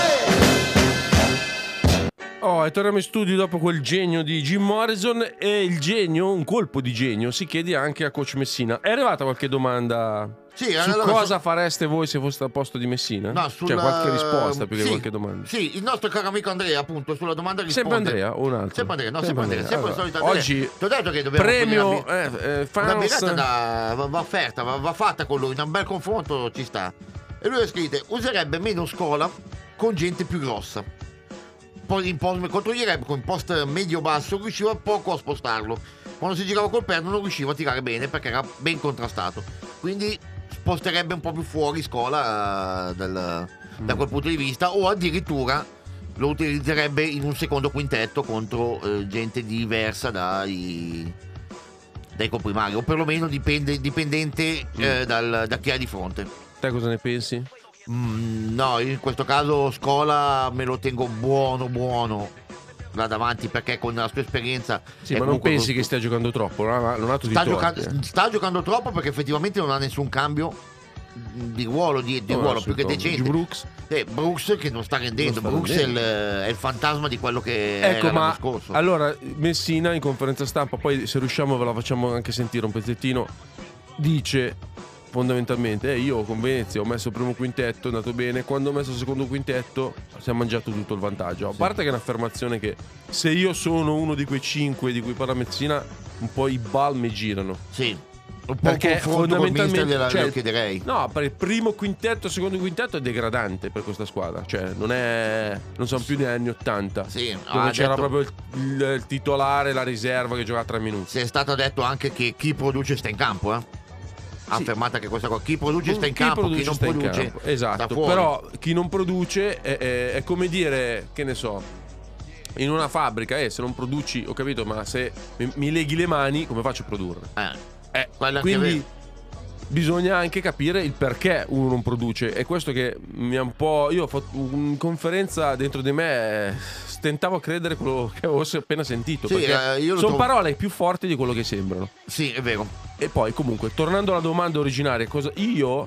why. Oh, e torniamo in studio dopo quel genio di Jim Morrison. E il genio, un colpo di genio, si chiede anche a Coach Messina. È arrivata qualche domanda Sì, su allora, cosa su- fareste voi se foste al posto di Messina? No, sulla- Cioè qualche risposta più che sì, qualche domanda. Sì, il nostro caro amico Andrea, appunto, sulla domanda risponde. Sempre Andrea o un altro? Sempre Andrea, no, sempre Andrea, sempre il solito Allora, Andrea. oggi Ti ho detto che dobbiamo premio offrire eh, eh, una fans. birretta da, va, va offerta, va, va fatta con lui, in un bel confronto ci sta. E lui ha scritto: userebbe meno scuola con gente più grossa. po- in post, contro gli Rebco in post medio-basso riusciva poco a spostarlo. Quando si girava col perno non riusciva a tirare bene perché era ben contrastato. Quindi sposterebbe un po' più fuori Scola uh, dal, mm. da quel punto di vista, o addirittura lo utilizzerebbe in un secondo quintetto contro uh, gente diversa dai, dai comprimari, o perlomeno dipende, dipendente mm. uh, dal, da chi ha di fronte. Te cosa ne pensi? Mm, no, in questo caso Scola me lo tengo buono buono là davanti, perché con la sua esperienza sì, ma non pensi con... che stia giocando troppo? Non ha, non ha sta, giocando, sta giocando troppo perché effettivamente non ha nessun cambio di ruolo, di, di no, ruolo più che decente. Brooks. Eh, Brooks che non sta rendendo, non sta Brooks rendendo. È, il, è il fantasma di quello che ecco, era ma l'anno scorso. Allora Messina in conferenza stampa, poi se riusciamo ve la facciamo anche sentire un pezzettino, dice fondamentalmente eh, io con Venezia ho messo il primo quintetto, è andato bene, quando ho messo il secondo quintetto si è mangiato tutto il vantaggio. A parte che è un'affermazione che se io sono uno di quei cinque di cui parla Messina, un po' i bal mi girano. Sì. Un po' perché fondamentalmente gliela, cioè, lo chiederei. No, per il primo quintetto, il secondo quintetto è degradante per questa squadra. Cioè, non è. Non sono più negli anni ottanta. Sì, dove c'era detto, proprio il, il, il titolare, la riserva che giocava tre minuti. Si è stato detto anche che chi produce sta in campo, eh? Ha sì. affermato che questa cosa, chi produce sta in chi campo, produce chi non sta produce in campo. Esatto, sta fuori. Però chi non produce è, è, è come dire, che ne so, in una fabbrica, eh, se non produci, ho capito, ma se mi, mi leghi le mani, come faccio a produrre? Eh, eh quindi bisogna anche capire il perché uno non produce. È questo che mi ha un po'. Io ho fatto in conferenza dentro di me, stentavo a credere quello che avevo appena sentito. Sì, perché eh, io sono trovo... parole più forti di quello che sembrano. Sì, è vero. E poi, comunque, tornando alla domanda originaria, cosa io.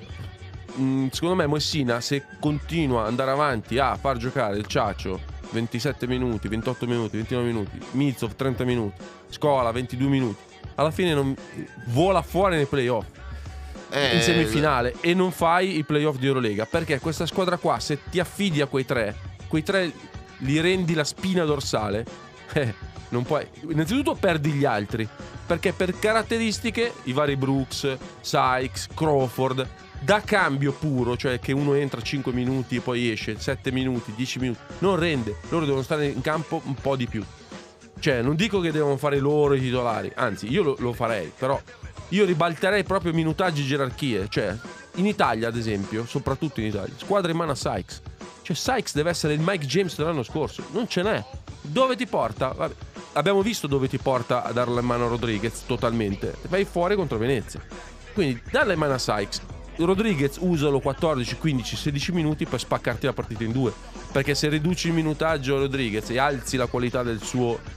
Mh, secondo me, Messina, se continua ad andare avanti a far giocare il Ciaccio ventisette minuti, ventotto minuti, ventinove minuti, Mizov trenta minuti, Scola ventidue minuti, alla fine non vola fuori nei playoff. In semifinale e non fai i playoff di Eurolega, perché questa squadra qua, se ti affidi a quei tre, quei tre li rendi la spina dorsale, eh, non puoi. Innanzitutto perdi gli altri, perché per caratteristiche i vari Brooks, Sykes, Crawford, da cambio puro, cioè che uno entra cinque minuti e poi esce sette minuti, dieci minuti, non rende. Loro devono stare in campo un po' di più. Cioè, non dico che devono fare loro i titolari, anzi io lo, lo farei, però io ribalterei proprio minutaggi e gerarchie. Cioè, in Italia, ad esempio, soprattutto in Italia, squadra in mano a Sykes. Cioè, Sykes deve essere il Mike James dell'anno scorso. Non ce n'è. Dove ti porta? Vabbè, abbiamo visto dove ti porta a darla in mano a Rodriguez totalmente. Vai fuori contro Venezia. Quindi, dalla in mano a Sykes. Rodriguez usalo quattordici, quindici, sedici minuti per spaccarti la partita in due. Perché se riduci il minutaggio a Rodriguez e alzi la qualità del suo...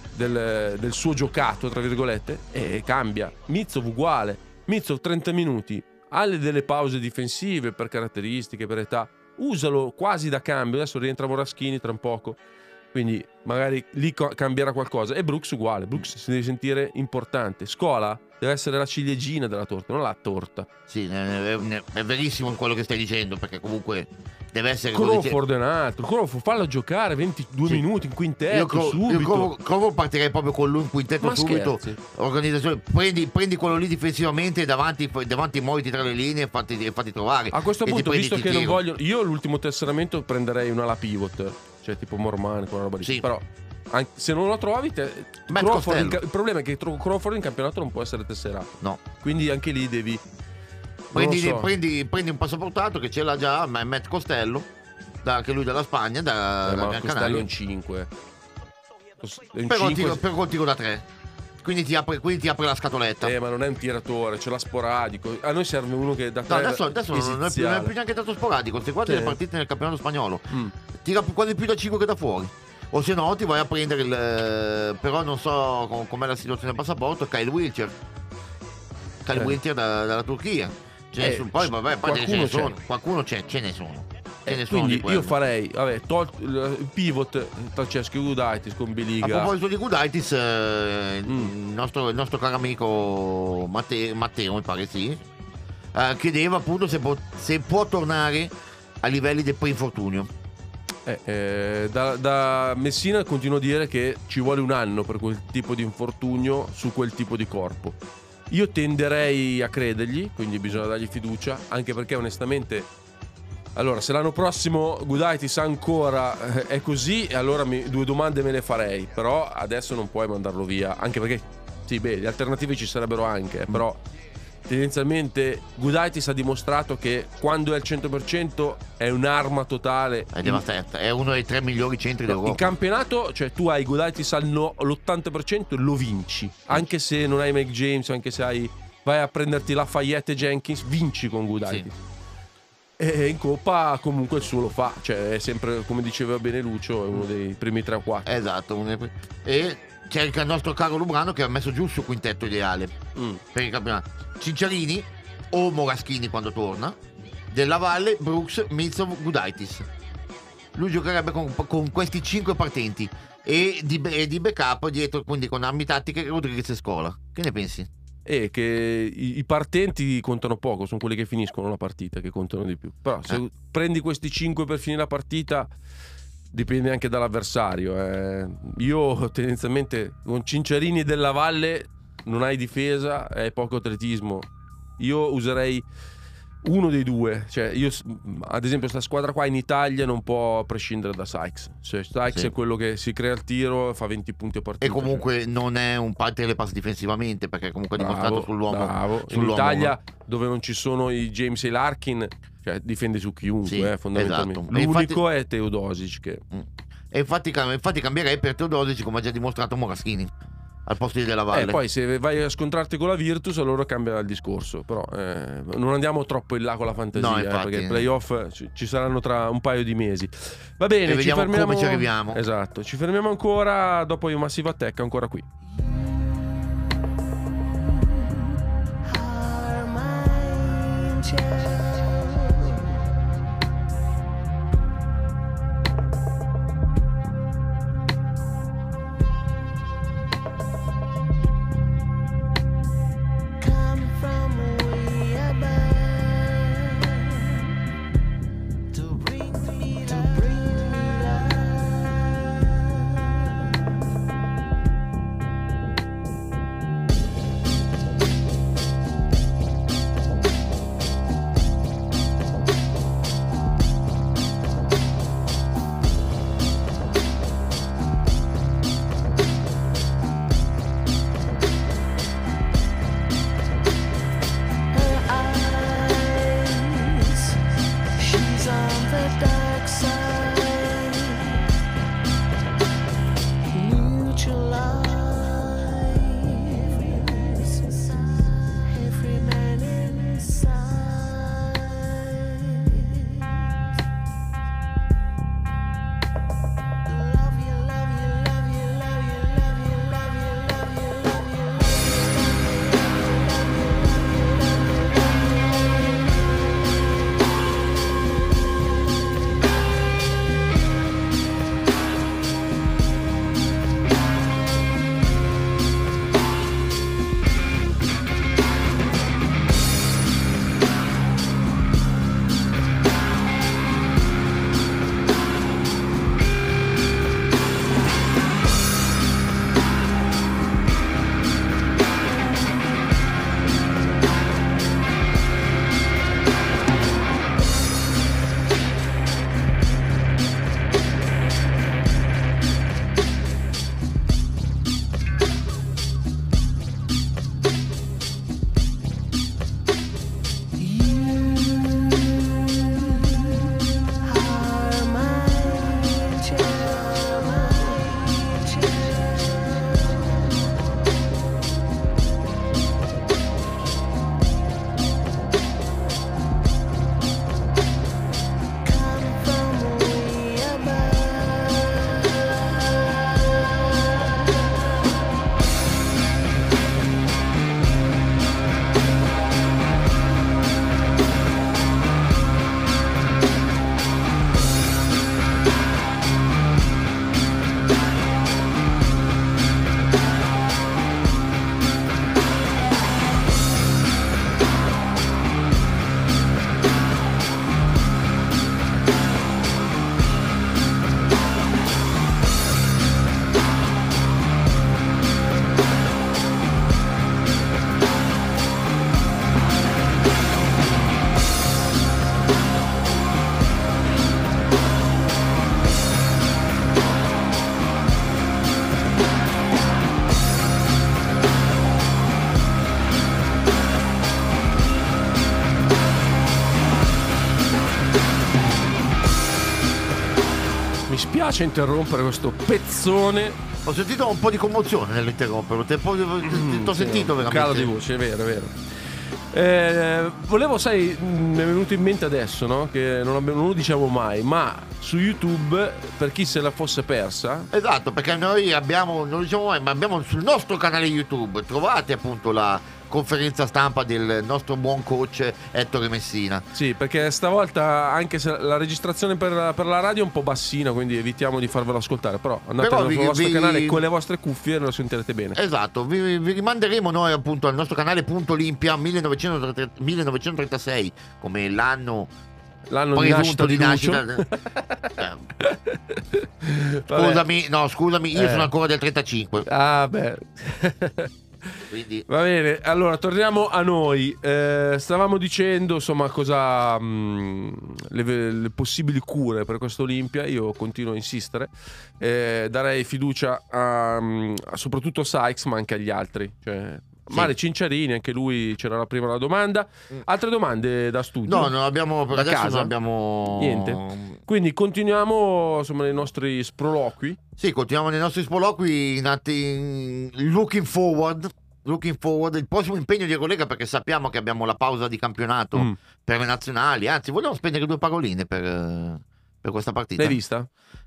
Del, del suo giocato, tra virgolette, e cambia. Mizov uguale. Mizov trenta minuti, ha delle pause difensive per caratteristiche, per età, usalo quasi da cambio. Adesso rientra Moraschini tra un poco, quindi magari lì cambierà qualcosa. E Brooks uguale. Brooks si deve sentire importante. Scola deve essere la ciliegina della torta, non la torta. Sì, è, è verissimo quello che stai dicendo, perché comunque deve essere. Crawford è un altro. Crawford fallo giocare ventidue sì. minuti in quintetto. Io, Cro- subito. Io Crawford partirei proprio con lui in quintetto. Ma subito. Scherzi. Organizzazione, prendi, prendi quello lì difensivamente davanti, davanti muoviti tra le linee e fatti, fatti trovare. A questo punto, visto che non voglio, io l'ultimo tesseramento prenderei una ala pivot, cioè tipo Morman, quella roba lì. Sì. Però anche se non lo trovi, te, Crawford in, il problema è che Crawford in campionato non può essere tesserato. No. Quindi anche lì devi. Prendi, so. prendi, prendi un passaportato che ce l'ha già, ma è Matt Costello, da, anche lui dalla Spagna, da, eh, da ma Costello è un cinque. Però tiro, per un tiro da tre. Quindi ti, apre, quindi ti apre la scatoletta. Eh, ma non è un tiratore, ce l'ha sporadico. A noi serve uno che da tre. No, adesso, adesso non, è più, non è più neanche tanto sporadico. Se guardi sì. le partite nel campionato spagnolo, mm. tira più, quasi più da cinque che da fuori. O se no ti vai a prendere il. Però non so com'è la situazione del passaporto. Kyle Wilcher. Kyle eh. Wilcher da, dalla Turchia. Ce ne eh, sono, poi vabbè, qualcuno ce ne sono. c'è. Qualcuno c'è, ce ne sono. Ce eh, ne sono quindi io farei, vabbè, tol- il pivot Francesco Gudaitis con Biliga. A proposito di Gudaitis, eh, mm. il, nostro, il nostro caro amico Matteo, Matteo mi pare sì, eh, chiedeva appunto se può, se può tornare a livelli del pre-infortunio. Eh, eh, da, da Messina continuo a dire che ci vuole un anno per quel tipo di infortunio su quel tipo di corpo. Io tenderei a credergli, quindi bisogna dargli fiducia, anche perché onestamente Allora, se l'anno prossimo Gudaitis ancora eh, è così, allora mi, due domande me le farei. Però adesso non puoi mandarlo via. Anche perché, sì, beh, le alternative ci sarebbero anche. Però tendenzialmente Gudaitis ha dimostrato che quando è al cento per cento è un'arma totale. È devastante, è uno dei tre migliori centri d'Europa. In campionato, cioè tu hai Gudaitis all'ottanta per cento, lo vinci. Anche se non hai Mike James, anche se hai vai a prenderti Lafayette e Jenkins, vinci con Gudaitis. Sì. E in Coppa comunque il suo lo fa, cioè è sempre, come diceva bene Lucio, è uno dei primi tre o quattro. Esatto. E c'è il nostro caro Lubrano che ha messo giù il suo quintetto ideale mm. per il campionato. Cinciarini o Moraschini quando torna, Della Valle, Brooks, Mitsov, Gudaitis. Lui giocherebbe con, con questi cinque partenti e di, e di backup dietro, quindi con armi tattiche, Rodriguez e Scola. Che ne pensi? E che i, i partenti contano poco, sono quelli che finiscono la partita che contano di più. Però se eh. prendi questi cinque per finire la partita, dipende anche dall'avversario. Eh. Io tendenzialmente con Cinciarini e Della Valle non hai difesa, hai poco atletismo. Io userei uno dei due, cioè io ad esempio questa squadra qua in Italia non può prescindere da Sykes, cioè Sykes sì. è quello che si crea il tiro, fa venti punti a partita, e comunque cioè. non è un parte delle passe difensivamente, perché comunque ha dimostrato sull'uomo, bravo. sull'uomo in Italia dove non ci sono i James e Larkin, cioè difende su chiunque sì, eh, fondamentalmente esatto. L'unico infatti, è Teodosic che... e infatti, infatti cambierei per Teodosic, come ha già dimostrato Moraschini al posto di Della Valle. E eh, poi se vai a scontrarti con la Virtus allora cambia il discorso, però eh, non andiamo troppo in là con la fantasia, no, infatti, eh, perché i playoff ci, ci saranno tra un paio di mesi. Va bene, e ci fermiamo, come ci arriviamo. Esatto, ci fermiamo ancora dopo i Massive Attack, ancora qui. spiace interrompere questo pezzone. Ho sentito un po' di commozione nell'interromperlo. Ti ho Mm, sì, sentito un veramente. calo di voce, è vero, è vero. Eh, volevo, sai, mi è venuto in mente adesso, no? Che non, abbiamo, non lo diciamo mai, ma su YouTube, per chi se la fosse persa, Esatto, perché noi abbiamo, non lo diciamo mai, ma abbiamo sul nostro canale YouTube, trovate appunto la conferenza stampa del nostro buon coach Ettore Messina. sì, perché stavolta, anche se la registrazione per, per la radio è un po' bassina, quindi evitiamo di farvelo ascoltare, però andate Però sul vi- vostro vi- canale con le vostre cuffie e lo sentirete bene. Esatto, vi, vi rimanderemo noi appunto al nostro canale Punto Olimpia millenovecentotrentasei come l'anno L'anno di nascita presunto di di Lucio. nascita. Eh, Vabbè. Scusami, no, scusami, io Eh. sono ancora del trentacinque. Ah, beh. Quindi Va bene, allora torniamo a noi. Eh, stavamo dicendo insomma cosa mh, le, le possibili cure per questo Olimpia. Io continuo a insistere. Eh, darei fiducia a, a soprattutto Sykes, ma anche agli altri. Cioè, Sì. Mare Cinciarini, anche lui c'era la prima la domanda. Altre domande da studio? no, non abbiamo per Da adesso casa? non abbiamo Niente. Quindi continuiamo insomma nei nostri sproloqui. Sì, continuiamo nei nostri sproloqui in atti looking forward. Looking forward, il prossimo impegno di Eurolega, perché sappiamo che abbiamo la pausa di campionato Mm. per le nazionali. Anzi, vogliamo spendere due paroline per, eh, per questa partita. L'hai vista?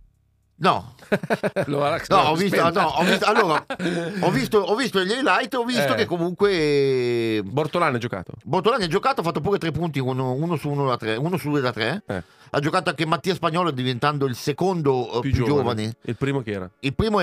No, Allora, no, ho visto, no, ho visto, allora, ho visto, ho visto gli highlight, ho visto Eh. che comunque Bortolani ha giocato. Bortolani ha giocato, ha fatto pure tre punti, uno, uno su uno da tre, uno su due da tre. Eh. Ha giocato anche Mattia Spagnolo, diventando il secondo eh, Più, più, giovane. giovane. Il primo che era? Il primo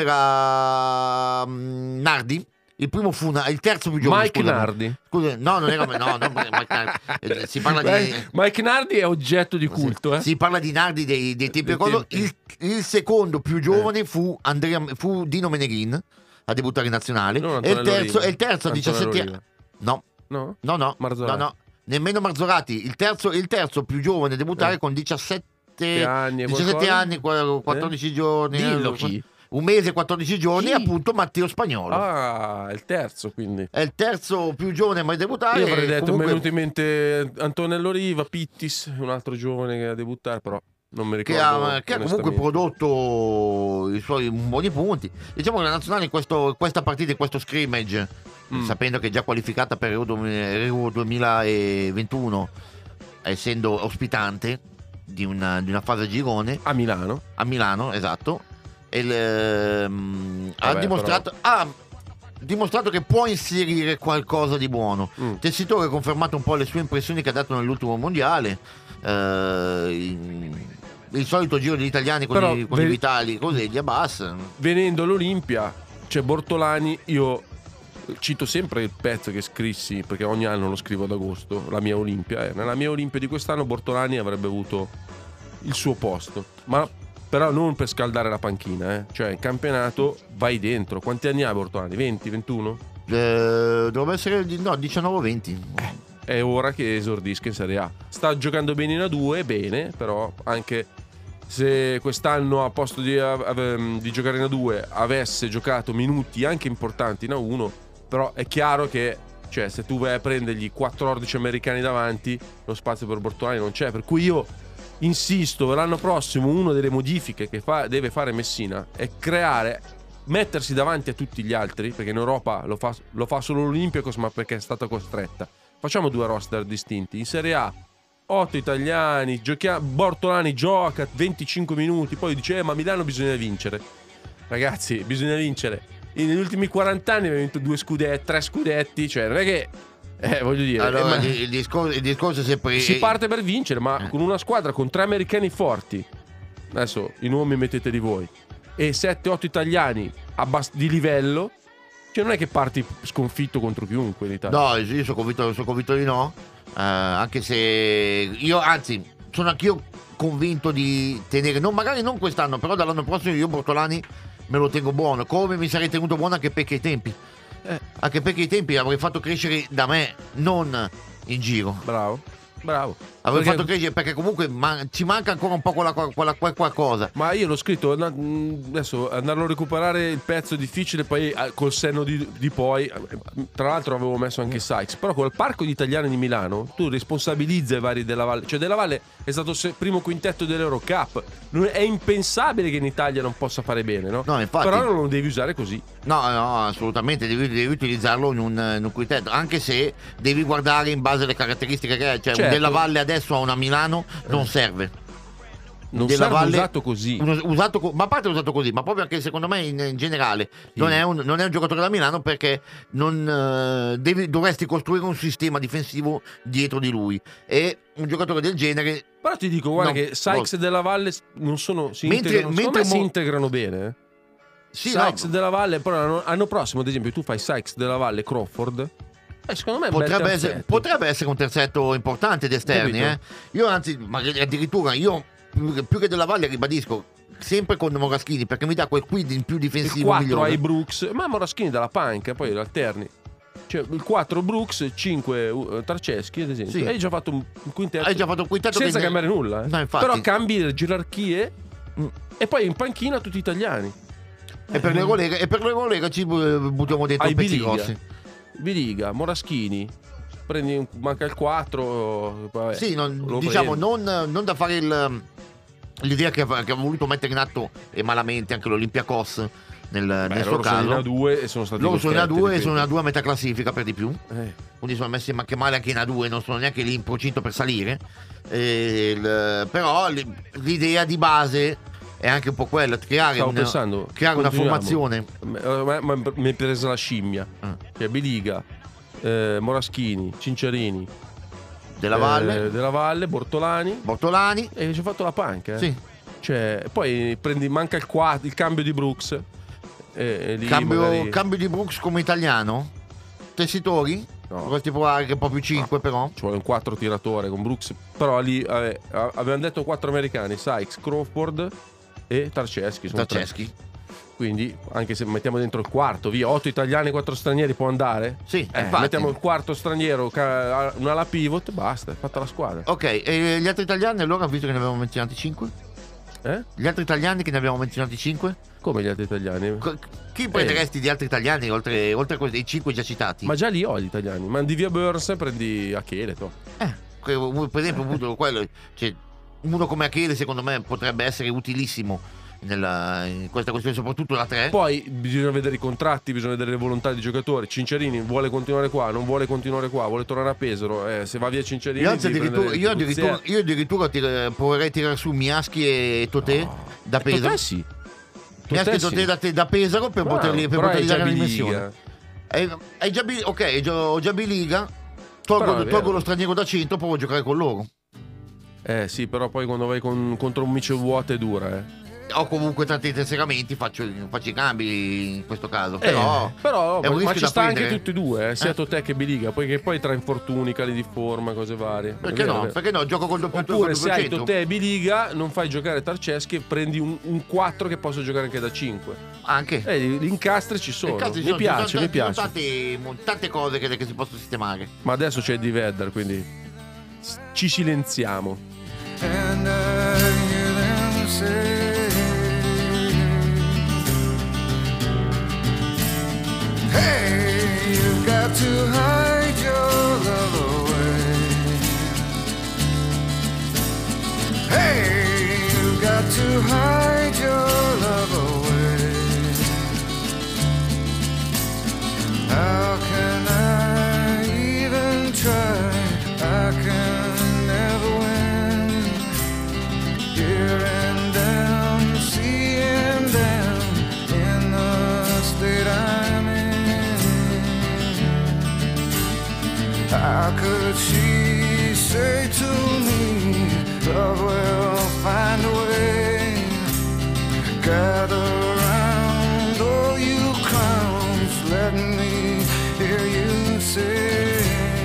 era mm, Nardi. Il primo fu Na- il terzo più giovane. Mike scusami. Nardi. Scusa, no, non era no, non Mike Nardi. Eh, Si parla di Beh, Mike Nardi è oggetto di culto, eh? si parla di Nardi dei, dei tempi. Dei Cosa- tempi. Il, il secondo più giovane fu, Andrea, fu Dino Meneghin a debuttare in nazionale. Non E il Antonello terzo, Riva. e il terzo a Antonello diciassette anni. Riva. No, No? no, no. Marzorati. No, no. Nemmeno Marzorati. Il terzo, il terzo più giovane a debuttare Eh. con diciassette anni e diciassette qualcosa? anni, qua- quattordici giorni. Dillo eh, chi. Un mese e quattordici giorni, Chi? appunto Matteo Spagnolo. Ah, il terzo quindi. È il terzo più giovane a mai debuttare. Io avrei detto, comunque- mi è venuto in mente Antonello Riva, Pittis, un altro giovane che a debuttare, però non mi che ricordo. ha, che ha comunque onestamente. prodotto i suoi buoni punti. Diciamo che la nazionale in questo, questa partita, in questo scrimmage, Mm. sapendo che è già qualificata per Euro duemilaventuno, essendo ospitante di una, di una fase a girone A Milano. a Milano, esatto, e il, ehm, ha Vabbè, dimostrato ha dimostrato che può inserire qualcosa di buono. Mm. Tessitore ha confermato un po' le sue impressioni che ha dato nell'ultimo mondiale. Eh, il, il solito giro degli italiani con, Però, i, con vedi- i vitali, così, gli abbassa. Venendo all'Olimpia, c'è Bortolani, io cito sempre il pezzo che scrissi, perché ogni anno lo scrivo ad agosto, la mia Olimpia. Eh. Nella mia Olimpia di quest'anno Bortolani avrebbe avuto il suo posto, ma però non per scaldare la panchina, eh. Cioè in campionato vai dentro. Quanti anni ha Bortolani? venti, ventuno? Eh, dovrebbe essere di- no, diciannove venti. È ora che esordisca in Serie A. Sta giocando bene in A due, bene, però anche se quest'anno a posto di, av- di giocare in A due avesse giocato minuti anche importanti in A uno, però è chiaro che, cioè, se tu vai a prendergli quattordici americani davanti, lo spazio per Bortolani non c'è, per cui io insisto, l'anno prossimo una delle modifiche che fa- deve fare Messina è creare, mettersi davanti a tutti gli altri, perché in Europa lo fa, lo fa solo l'Olympiacos, ma perché è stata costretta. Facciamo due roster distinti. In Serie A otto italiani, giochia- Bortolani gioca venticinque minuti, poi dice eh, ma Milano bisogna vincere. Ragazzi, bisogna vincere. Negli ultimi quaranta anni abbiamo vinto due scudetti, tre scudetti, cioè non è che eh, voglio dire, Allora, eh, ma- il, il discorso, il discorso è sempre. si parte per vincere, ma con una squadra con tre americani forti. Adesso i nomi mettete di voi. E sette otto italiani abbast- di livello. Cioè non è che parti sconfitto contro chiunque in Italia. No, io sono convinto, sono convinto di no. Eh, anche se io, anzi, sono anch'io convinto di tenere, non, magari non quest'anno, però dall'anno prossimo io Bortolani me lo tengo buono. Come mi sarei tenuto buono anche perché i tempi. Eh. Anche perché i tempi l'avrei fatto crescere da me, non in giro. Bravo, bravo. Avevo Perché- fatto crescere perché comunque man- ci manca ancora un po' quella, quella, quel qualcosa. Ma io l'ho scritto, na- adesso andarlo a recuperare il pezzo è difficile, poi eh, col senno di, di poi, eh, tra l'altro avevo messo anche Sykes, però col Parco di Italiani di Milano tu responsabilizza i vari Della Valle, cioè Della Valle è stato se- primo quintetto dell'Eurocup, non- è impensabile che in Italia non possa fare bene, no? No, infatti. Però non lo devi usare così. No, no, assolutamente, devi, devi utilizzarlo in un, in un quintetto, anche se devi guardare in base alle caratteristiche che è, cioè Certo. un Della Valle adesso a una Milano non serve. Non Della serve Valle- usato così. Uno- usato co- ma a parte usato così, ma proprio anche secondo me in, in generale non, è un, non è un giocatore da Milano perché non, eh, devi, dovresti costruire un sistema difensivo dietro di lui, e un giocatore del genere. Però ti dico, guarda No, che Sykes no. e Della Valle non sono, si, Mentre- integrano, secondo mentre me si mo- integrano bene. eh. Sì, Sykes no, Della Valle, però l'anno, l'anno prossimo, ad esempio, tu fai Sykes Della Valle Crawford. Eh, secondo me è un bel potrebbe essere, terzetto. potrebbe essere un terzetto importante ed esterni. Capito? Eh. Io anzi, magari addirittura io più, più che Della Valle ribadisco sempre con Moraschini perché mi dà quel quid in più Il difensivo quattro migliore. ai Brooks, ma Moraschini dalla panca, poi alterni. Cioè il quattro Brooks, cinque uh, Tarceschi, ad esempio. Sì. Hai già fatto un, un quintetto. Hai già fatto un quintetto senza che- cambiare nulla. eh. No, infatti. Però cambi le gerarchie Mm. e poi in panchina tutti italiani. E per l'Eurolega, e per l'Eurolega ci bu- buttiamo dentro Hai pezzi Biliga. grossi. Biliga, Moraschini. Prendi un- manca il quattro. Vabbè, Sì, non- lo diciamo prendi. non, non da fare il, l'idea che, ha- che ha voluto mettere in atto e malamente anche l'Olympiacos nel, Beh, nel suo loro sono in caso. A due e sono stati Loro sono in A costretti, due e ripeto. sono in A due a metà classifica per di più. Eh. Quindi sono messi anche male anche in A due, non sono neanche lì in procinto per salire. E il- però l- l'idea di base è anche un po' quella, creare, Stavo un- pensando, creare una continuiamo. formazione. Ma, ma- ma mi è presa la scimmia. Ah. Cioè Biliga, eh, Moraschini, Cinciarini, Della eh, Valle, Della Valle, Bortolani, Bortolani. e ci ha fatto la panca. eh. Sì. Cioè, poi prendi, manca il, qua- il cambio di Brooks. E, e lì Cambio, magari- cambio di Brooks come italiano? Tessitori? No. Dovresti provare che un po' più cinque però. Ci vuole un quattro tiratore con Brooks. Però lì eh, avevamo detto quattro americani: Sykes, Crawford e Tarceschi. sono tre. Tarceschi. Quindi, anche se mettiamo dentro il quarto, via, otto italiani, quattro stranieri, può andare? Sì, Eh, infatti. mettiamo il quarto straniero, ca- una ala pivot, basta, è fatta la squadra. Ok, e gli altri italiani allora, visto che ne abbiamo menzionati cinque? Eh? Gli altri italiani che ne abbiamo menzionati cinque? Come gli altri italiani? Chi prenderesti di altri italiani oltre, oltre a questi cinque già citati? Ma già li ho gli italiani. Mandi via Burns, prendi Achille, to. Eh, que- per esempio, appunto, quello, cioè, uno come Achille secondo me potrebbe essere utilissimo nella, in questa questione, soprattutto la tre. Poi bisogna vedere i contratti, bisogna vedere le volontà dei giocatori. Cinciarini vuole continuare qua, non vuole continuare qua, vuole tornare a Pesaro. Eh, se va via Cinciarini, Io, anzi, devi addirittura, prendere io addirittura, Guzzier. io addirittura tir- proverei a tirare su Miaschi e Totè da Totè Pesaro. sì. Miaschi e Totè sì. Totè da, da Pesaro per Bravo, poterli, per però poterli hai già dare la Biliga. dimensione. Hai, hai già Bi- ok, hai già- ho già Biliga. Tolgo, Però è vero. tolgo lo straniero da centro, provo a giocare con loro. Eh sì, però poi quando vai con- contro un Mitchell Watt è dura, eh. Ho comunque tanti tesseramenti, faccio, faccio i cambi in questo caso. Però, Eh, però è un ma rischio ci da sta anche prendere. tutti e due, eh, sia Eh. Totè che Biliga, poi che poi tra infortuni, cali di forma, cose varie. Perché È vero, no? è vero. Perché no? Gioco col doppio Oppure col se hai centro. Totè e Biliga, non fai giocare Tarceschi e prendi un, un quattro che possa giocare anche da cinque. Anche. Eh, gli incastri ci sono. Nel caso ci Mi sono- ci piace, sono mi tanti- ci piace. sono tante, mo- tante cose che, che si possono sistemare. Ma adesso c'è di Vedder, quindi s- ci silenziamo. And I hear them say, hey, you've got to hide your love away. Hey, you've got to hide your love away. How can I even try? I can never win. Here and down, seeing them in the state I'm in. How could she say to me, love will find a way? Gather round, all you clowns, let me hear you say,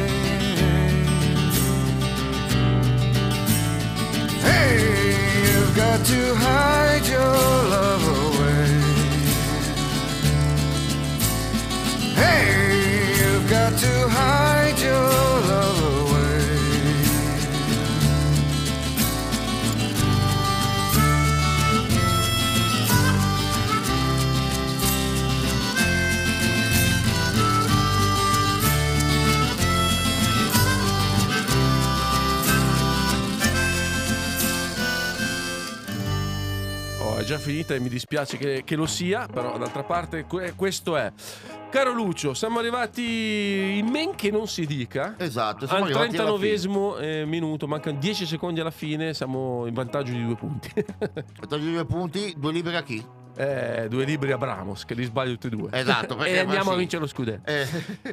hey, you've got to hide your love away. Hey, you've got to hide your love away. già finita e mi dispiace che, che lo sia, però d'altra parte que- questo è. Caro Lucio, siamo arrivati in men che non si dica. Esatto, siamo al arrivati alla trentanovesimo eh, minuto, mancano dieci secondi alla fine, siamo in vantaggio di due punti. Vantaggio di due punti, due liberi a chi? Eh, due libri a Bramos, che li sbaglio tutti e due. Esatto, perché e andiamo sì. a vincere lo scudetto. Eh,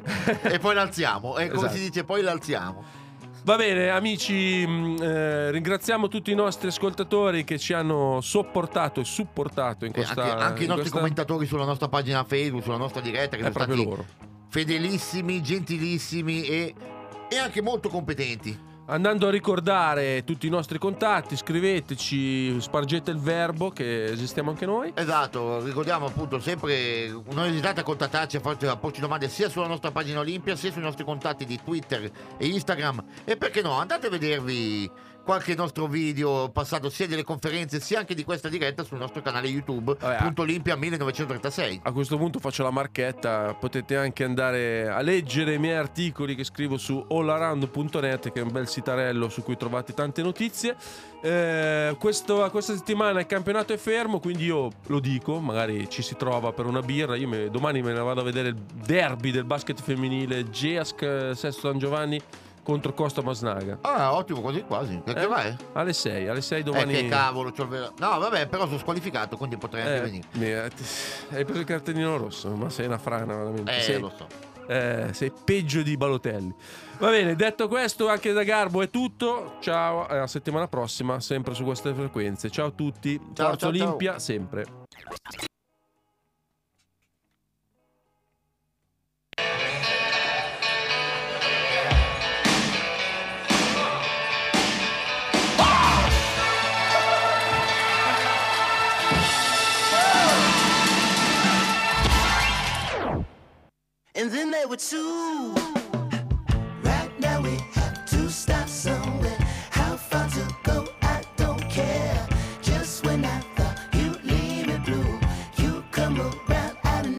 e poi l'alziamo, e come Esatto. si dice, poi l'alziamo. Va bene, amici, mh, eh, ringraziamo tutti i nostri ascoltatori che ci hanno sopportato e supportato in E questa anche, anche i in nostri questa... commentatori sulla nostra pagina Facebook, sulla nostra diretta, che È sono proprio stati loro. fedelissimi, gentilissimi e, e anche molto competenti. Andando a ricordare tutti i nostri contatti, scriveteci, spargete il verbo che esistiamo anche noi. Esatto, ricordiamo appunto sempre, non esitate a contattarci, a, farci, a porci domande sia sulla nostra pagina Olimpia sia sui nostri contatti di Twitter e Instagram, e perché no, andate a vedervi qualche nostro video passato sia delle conferenze sia anche di questa diretta sul nostro canale YouTube. Vabbè, punto Olimpia millenovecentotrentasei. A questo punto faccio la marchetta, potete anche andare a leggere i miei articoli che scrivo su allaround punto net, che è un bel sitarello su cui trovate tante notizie. Eh, questo, questa settimana il campionato è fermo, quindi io lo dico, magari ci si trova per una birra. Io me, domani me ne vado a vedere il derby del basket femminile Geask Sesto San Giovanni contro Costa Masnaga. Ah, ottimo, quasi quasi. Che Eh? ora è? Alle sei, alle sei domani. Eh, che cavolo, c'ho il vero- No, vabbè, però sono squalificato, quindi potrei anche Eh, venire. mia, ti- hai preso il cartellino rosso, ma sei una frana veramente. Eh, sei, lo so. eh, sei peggio di Balotelli. Va bene, detto questo, anche da Garbo è tutto. Ciao, alla settimana prossima, sempre su queste frequenze. Ciao a tutti. Ciao, Forza ciao, Olimpia, ciao. sempre. And then they were two.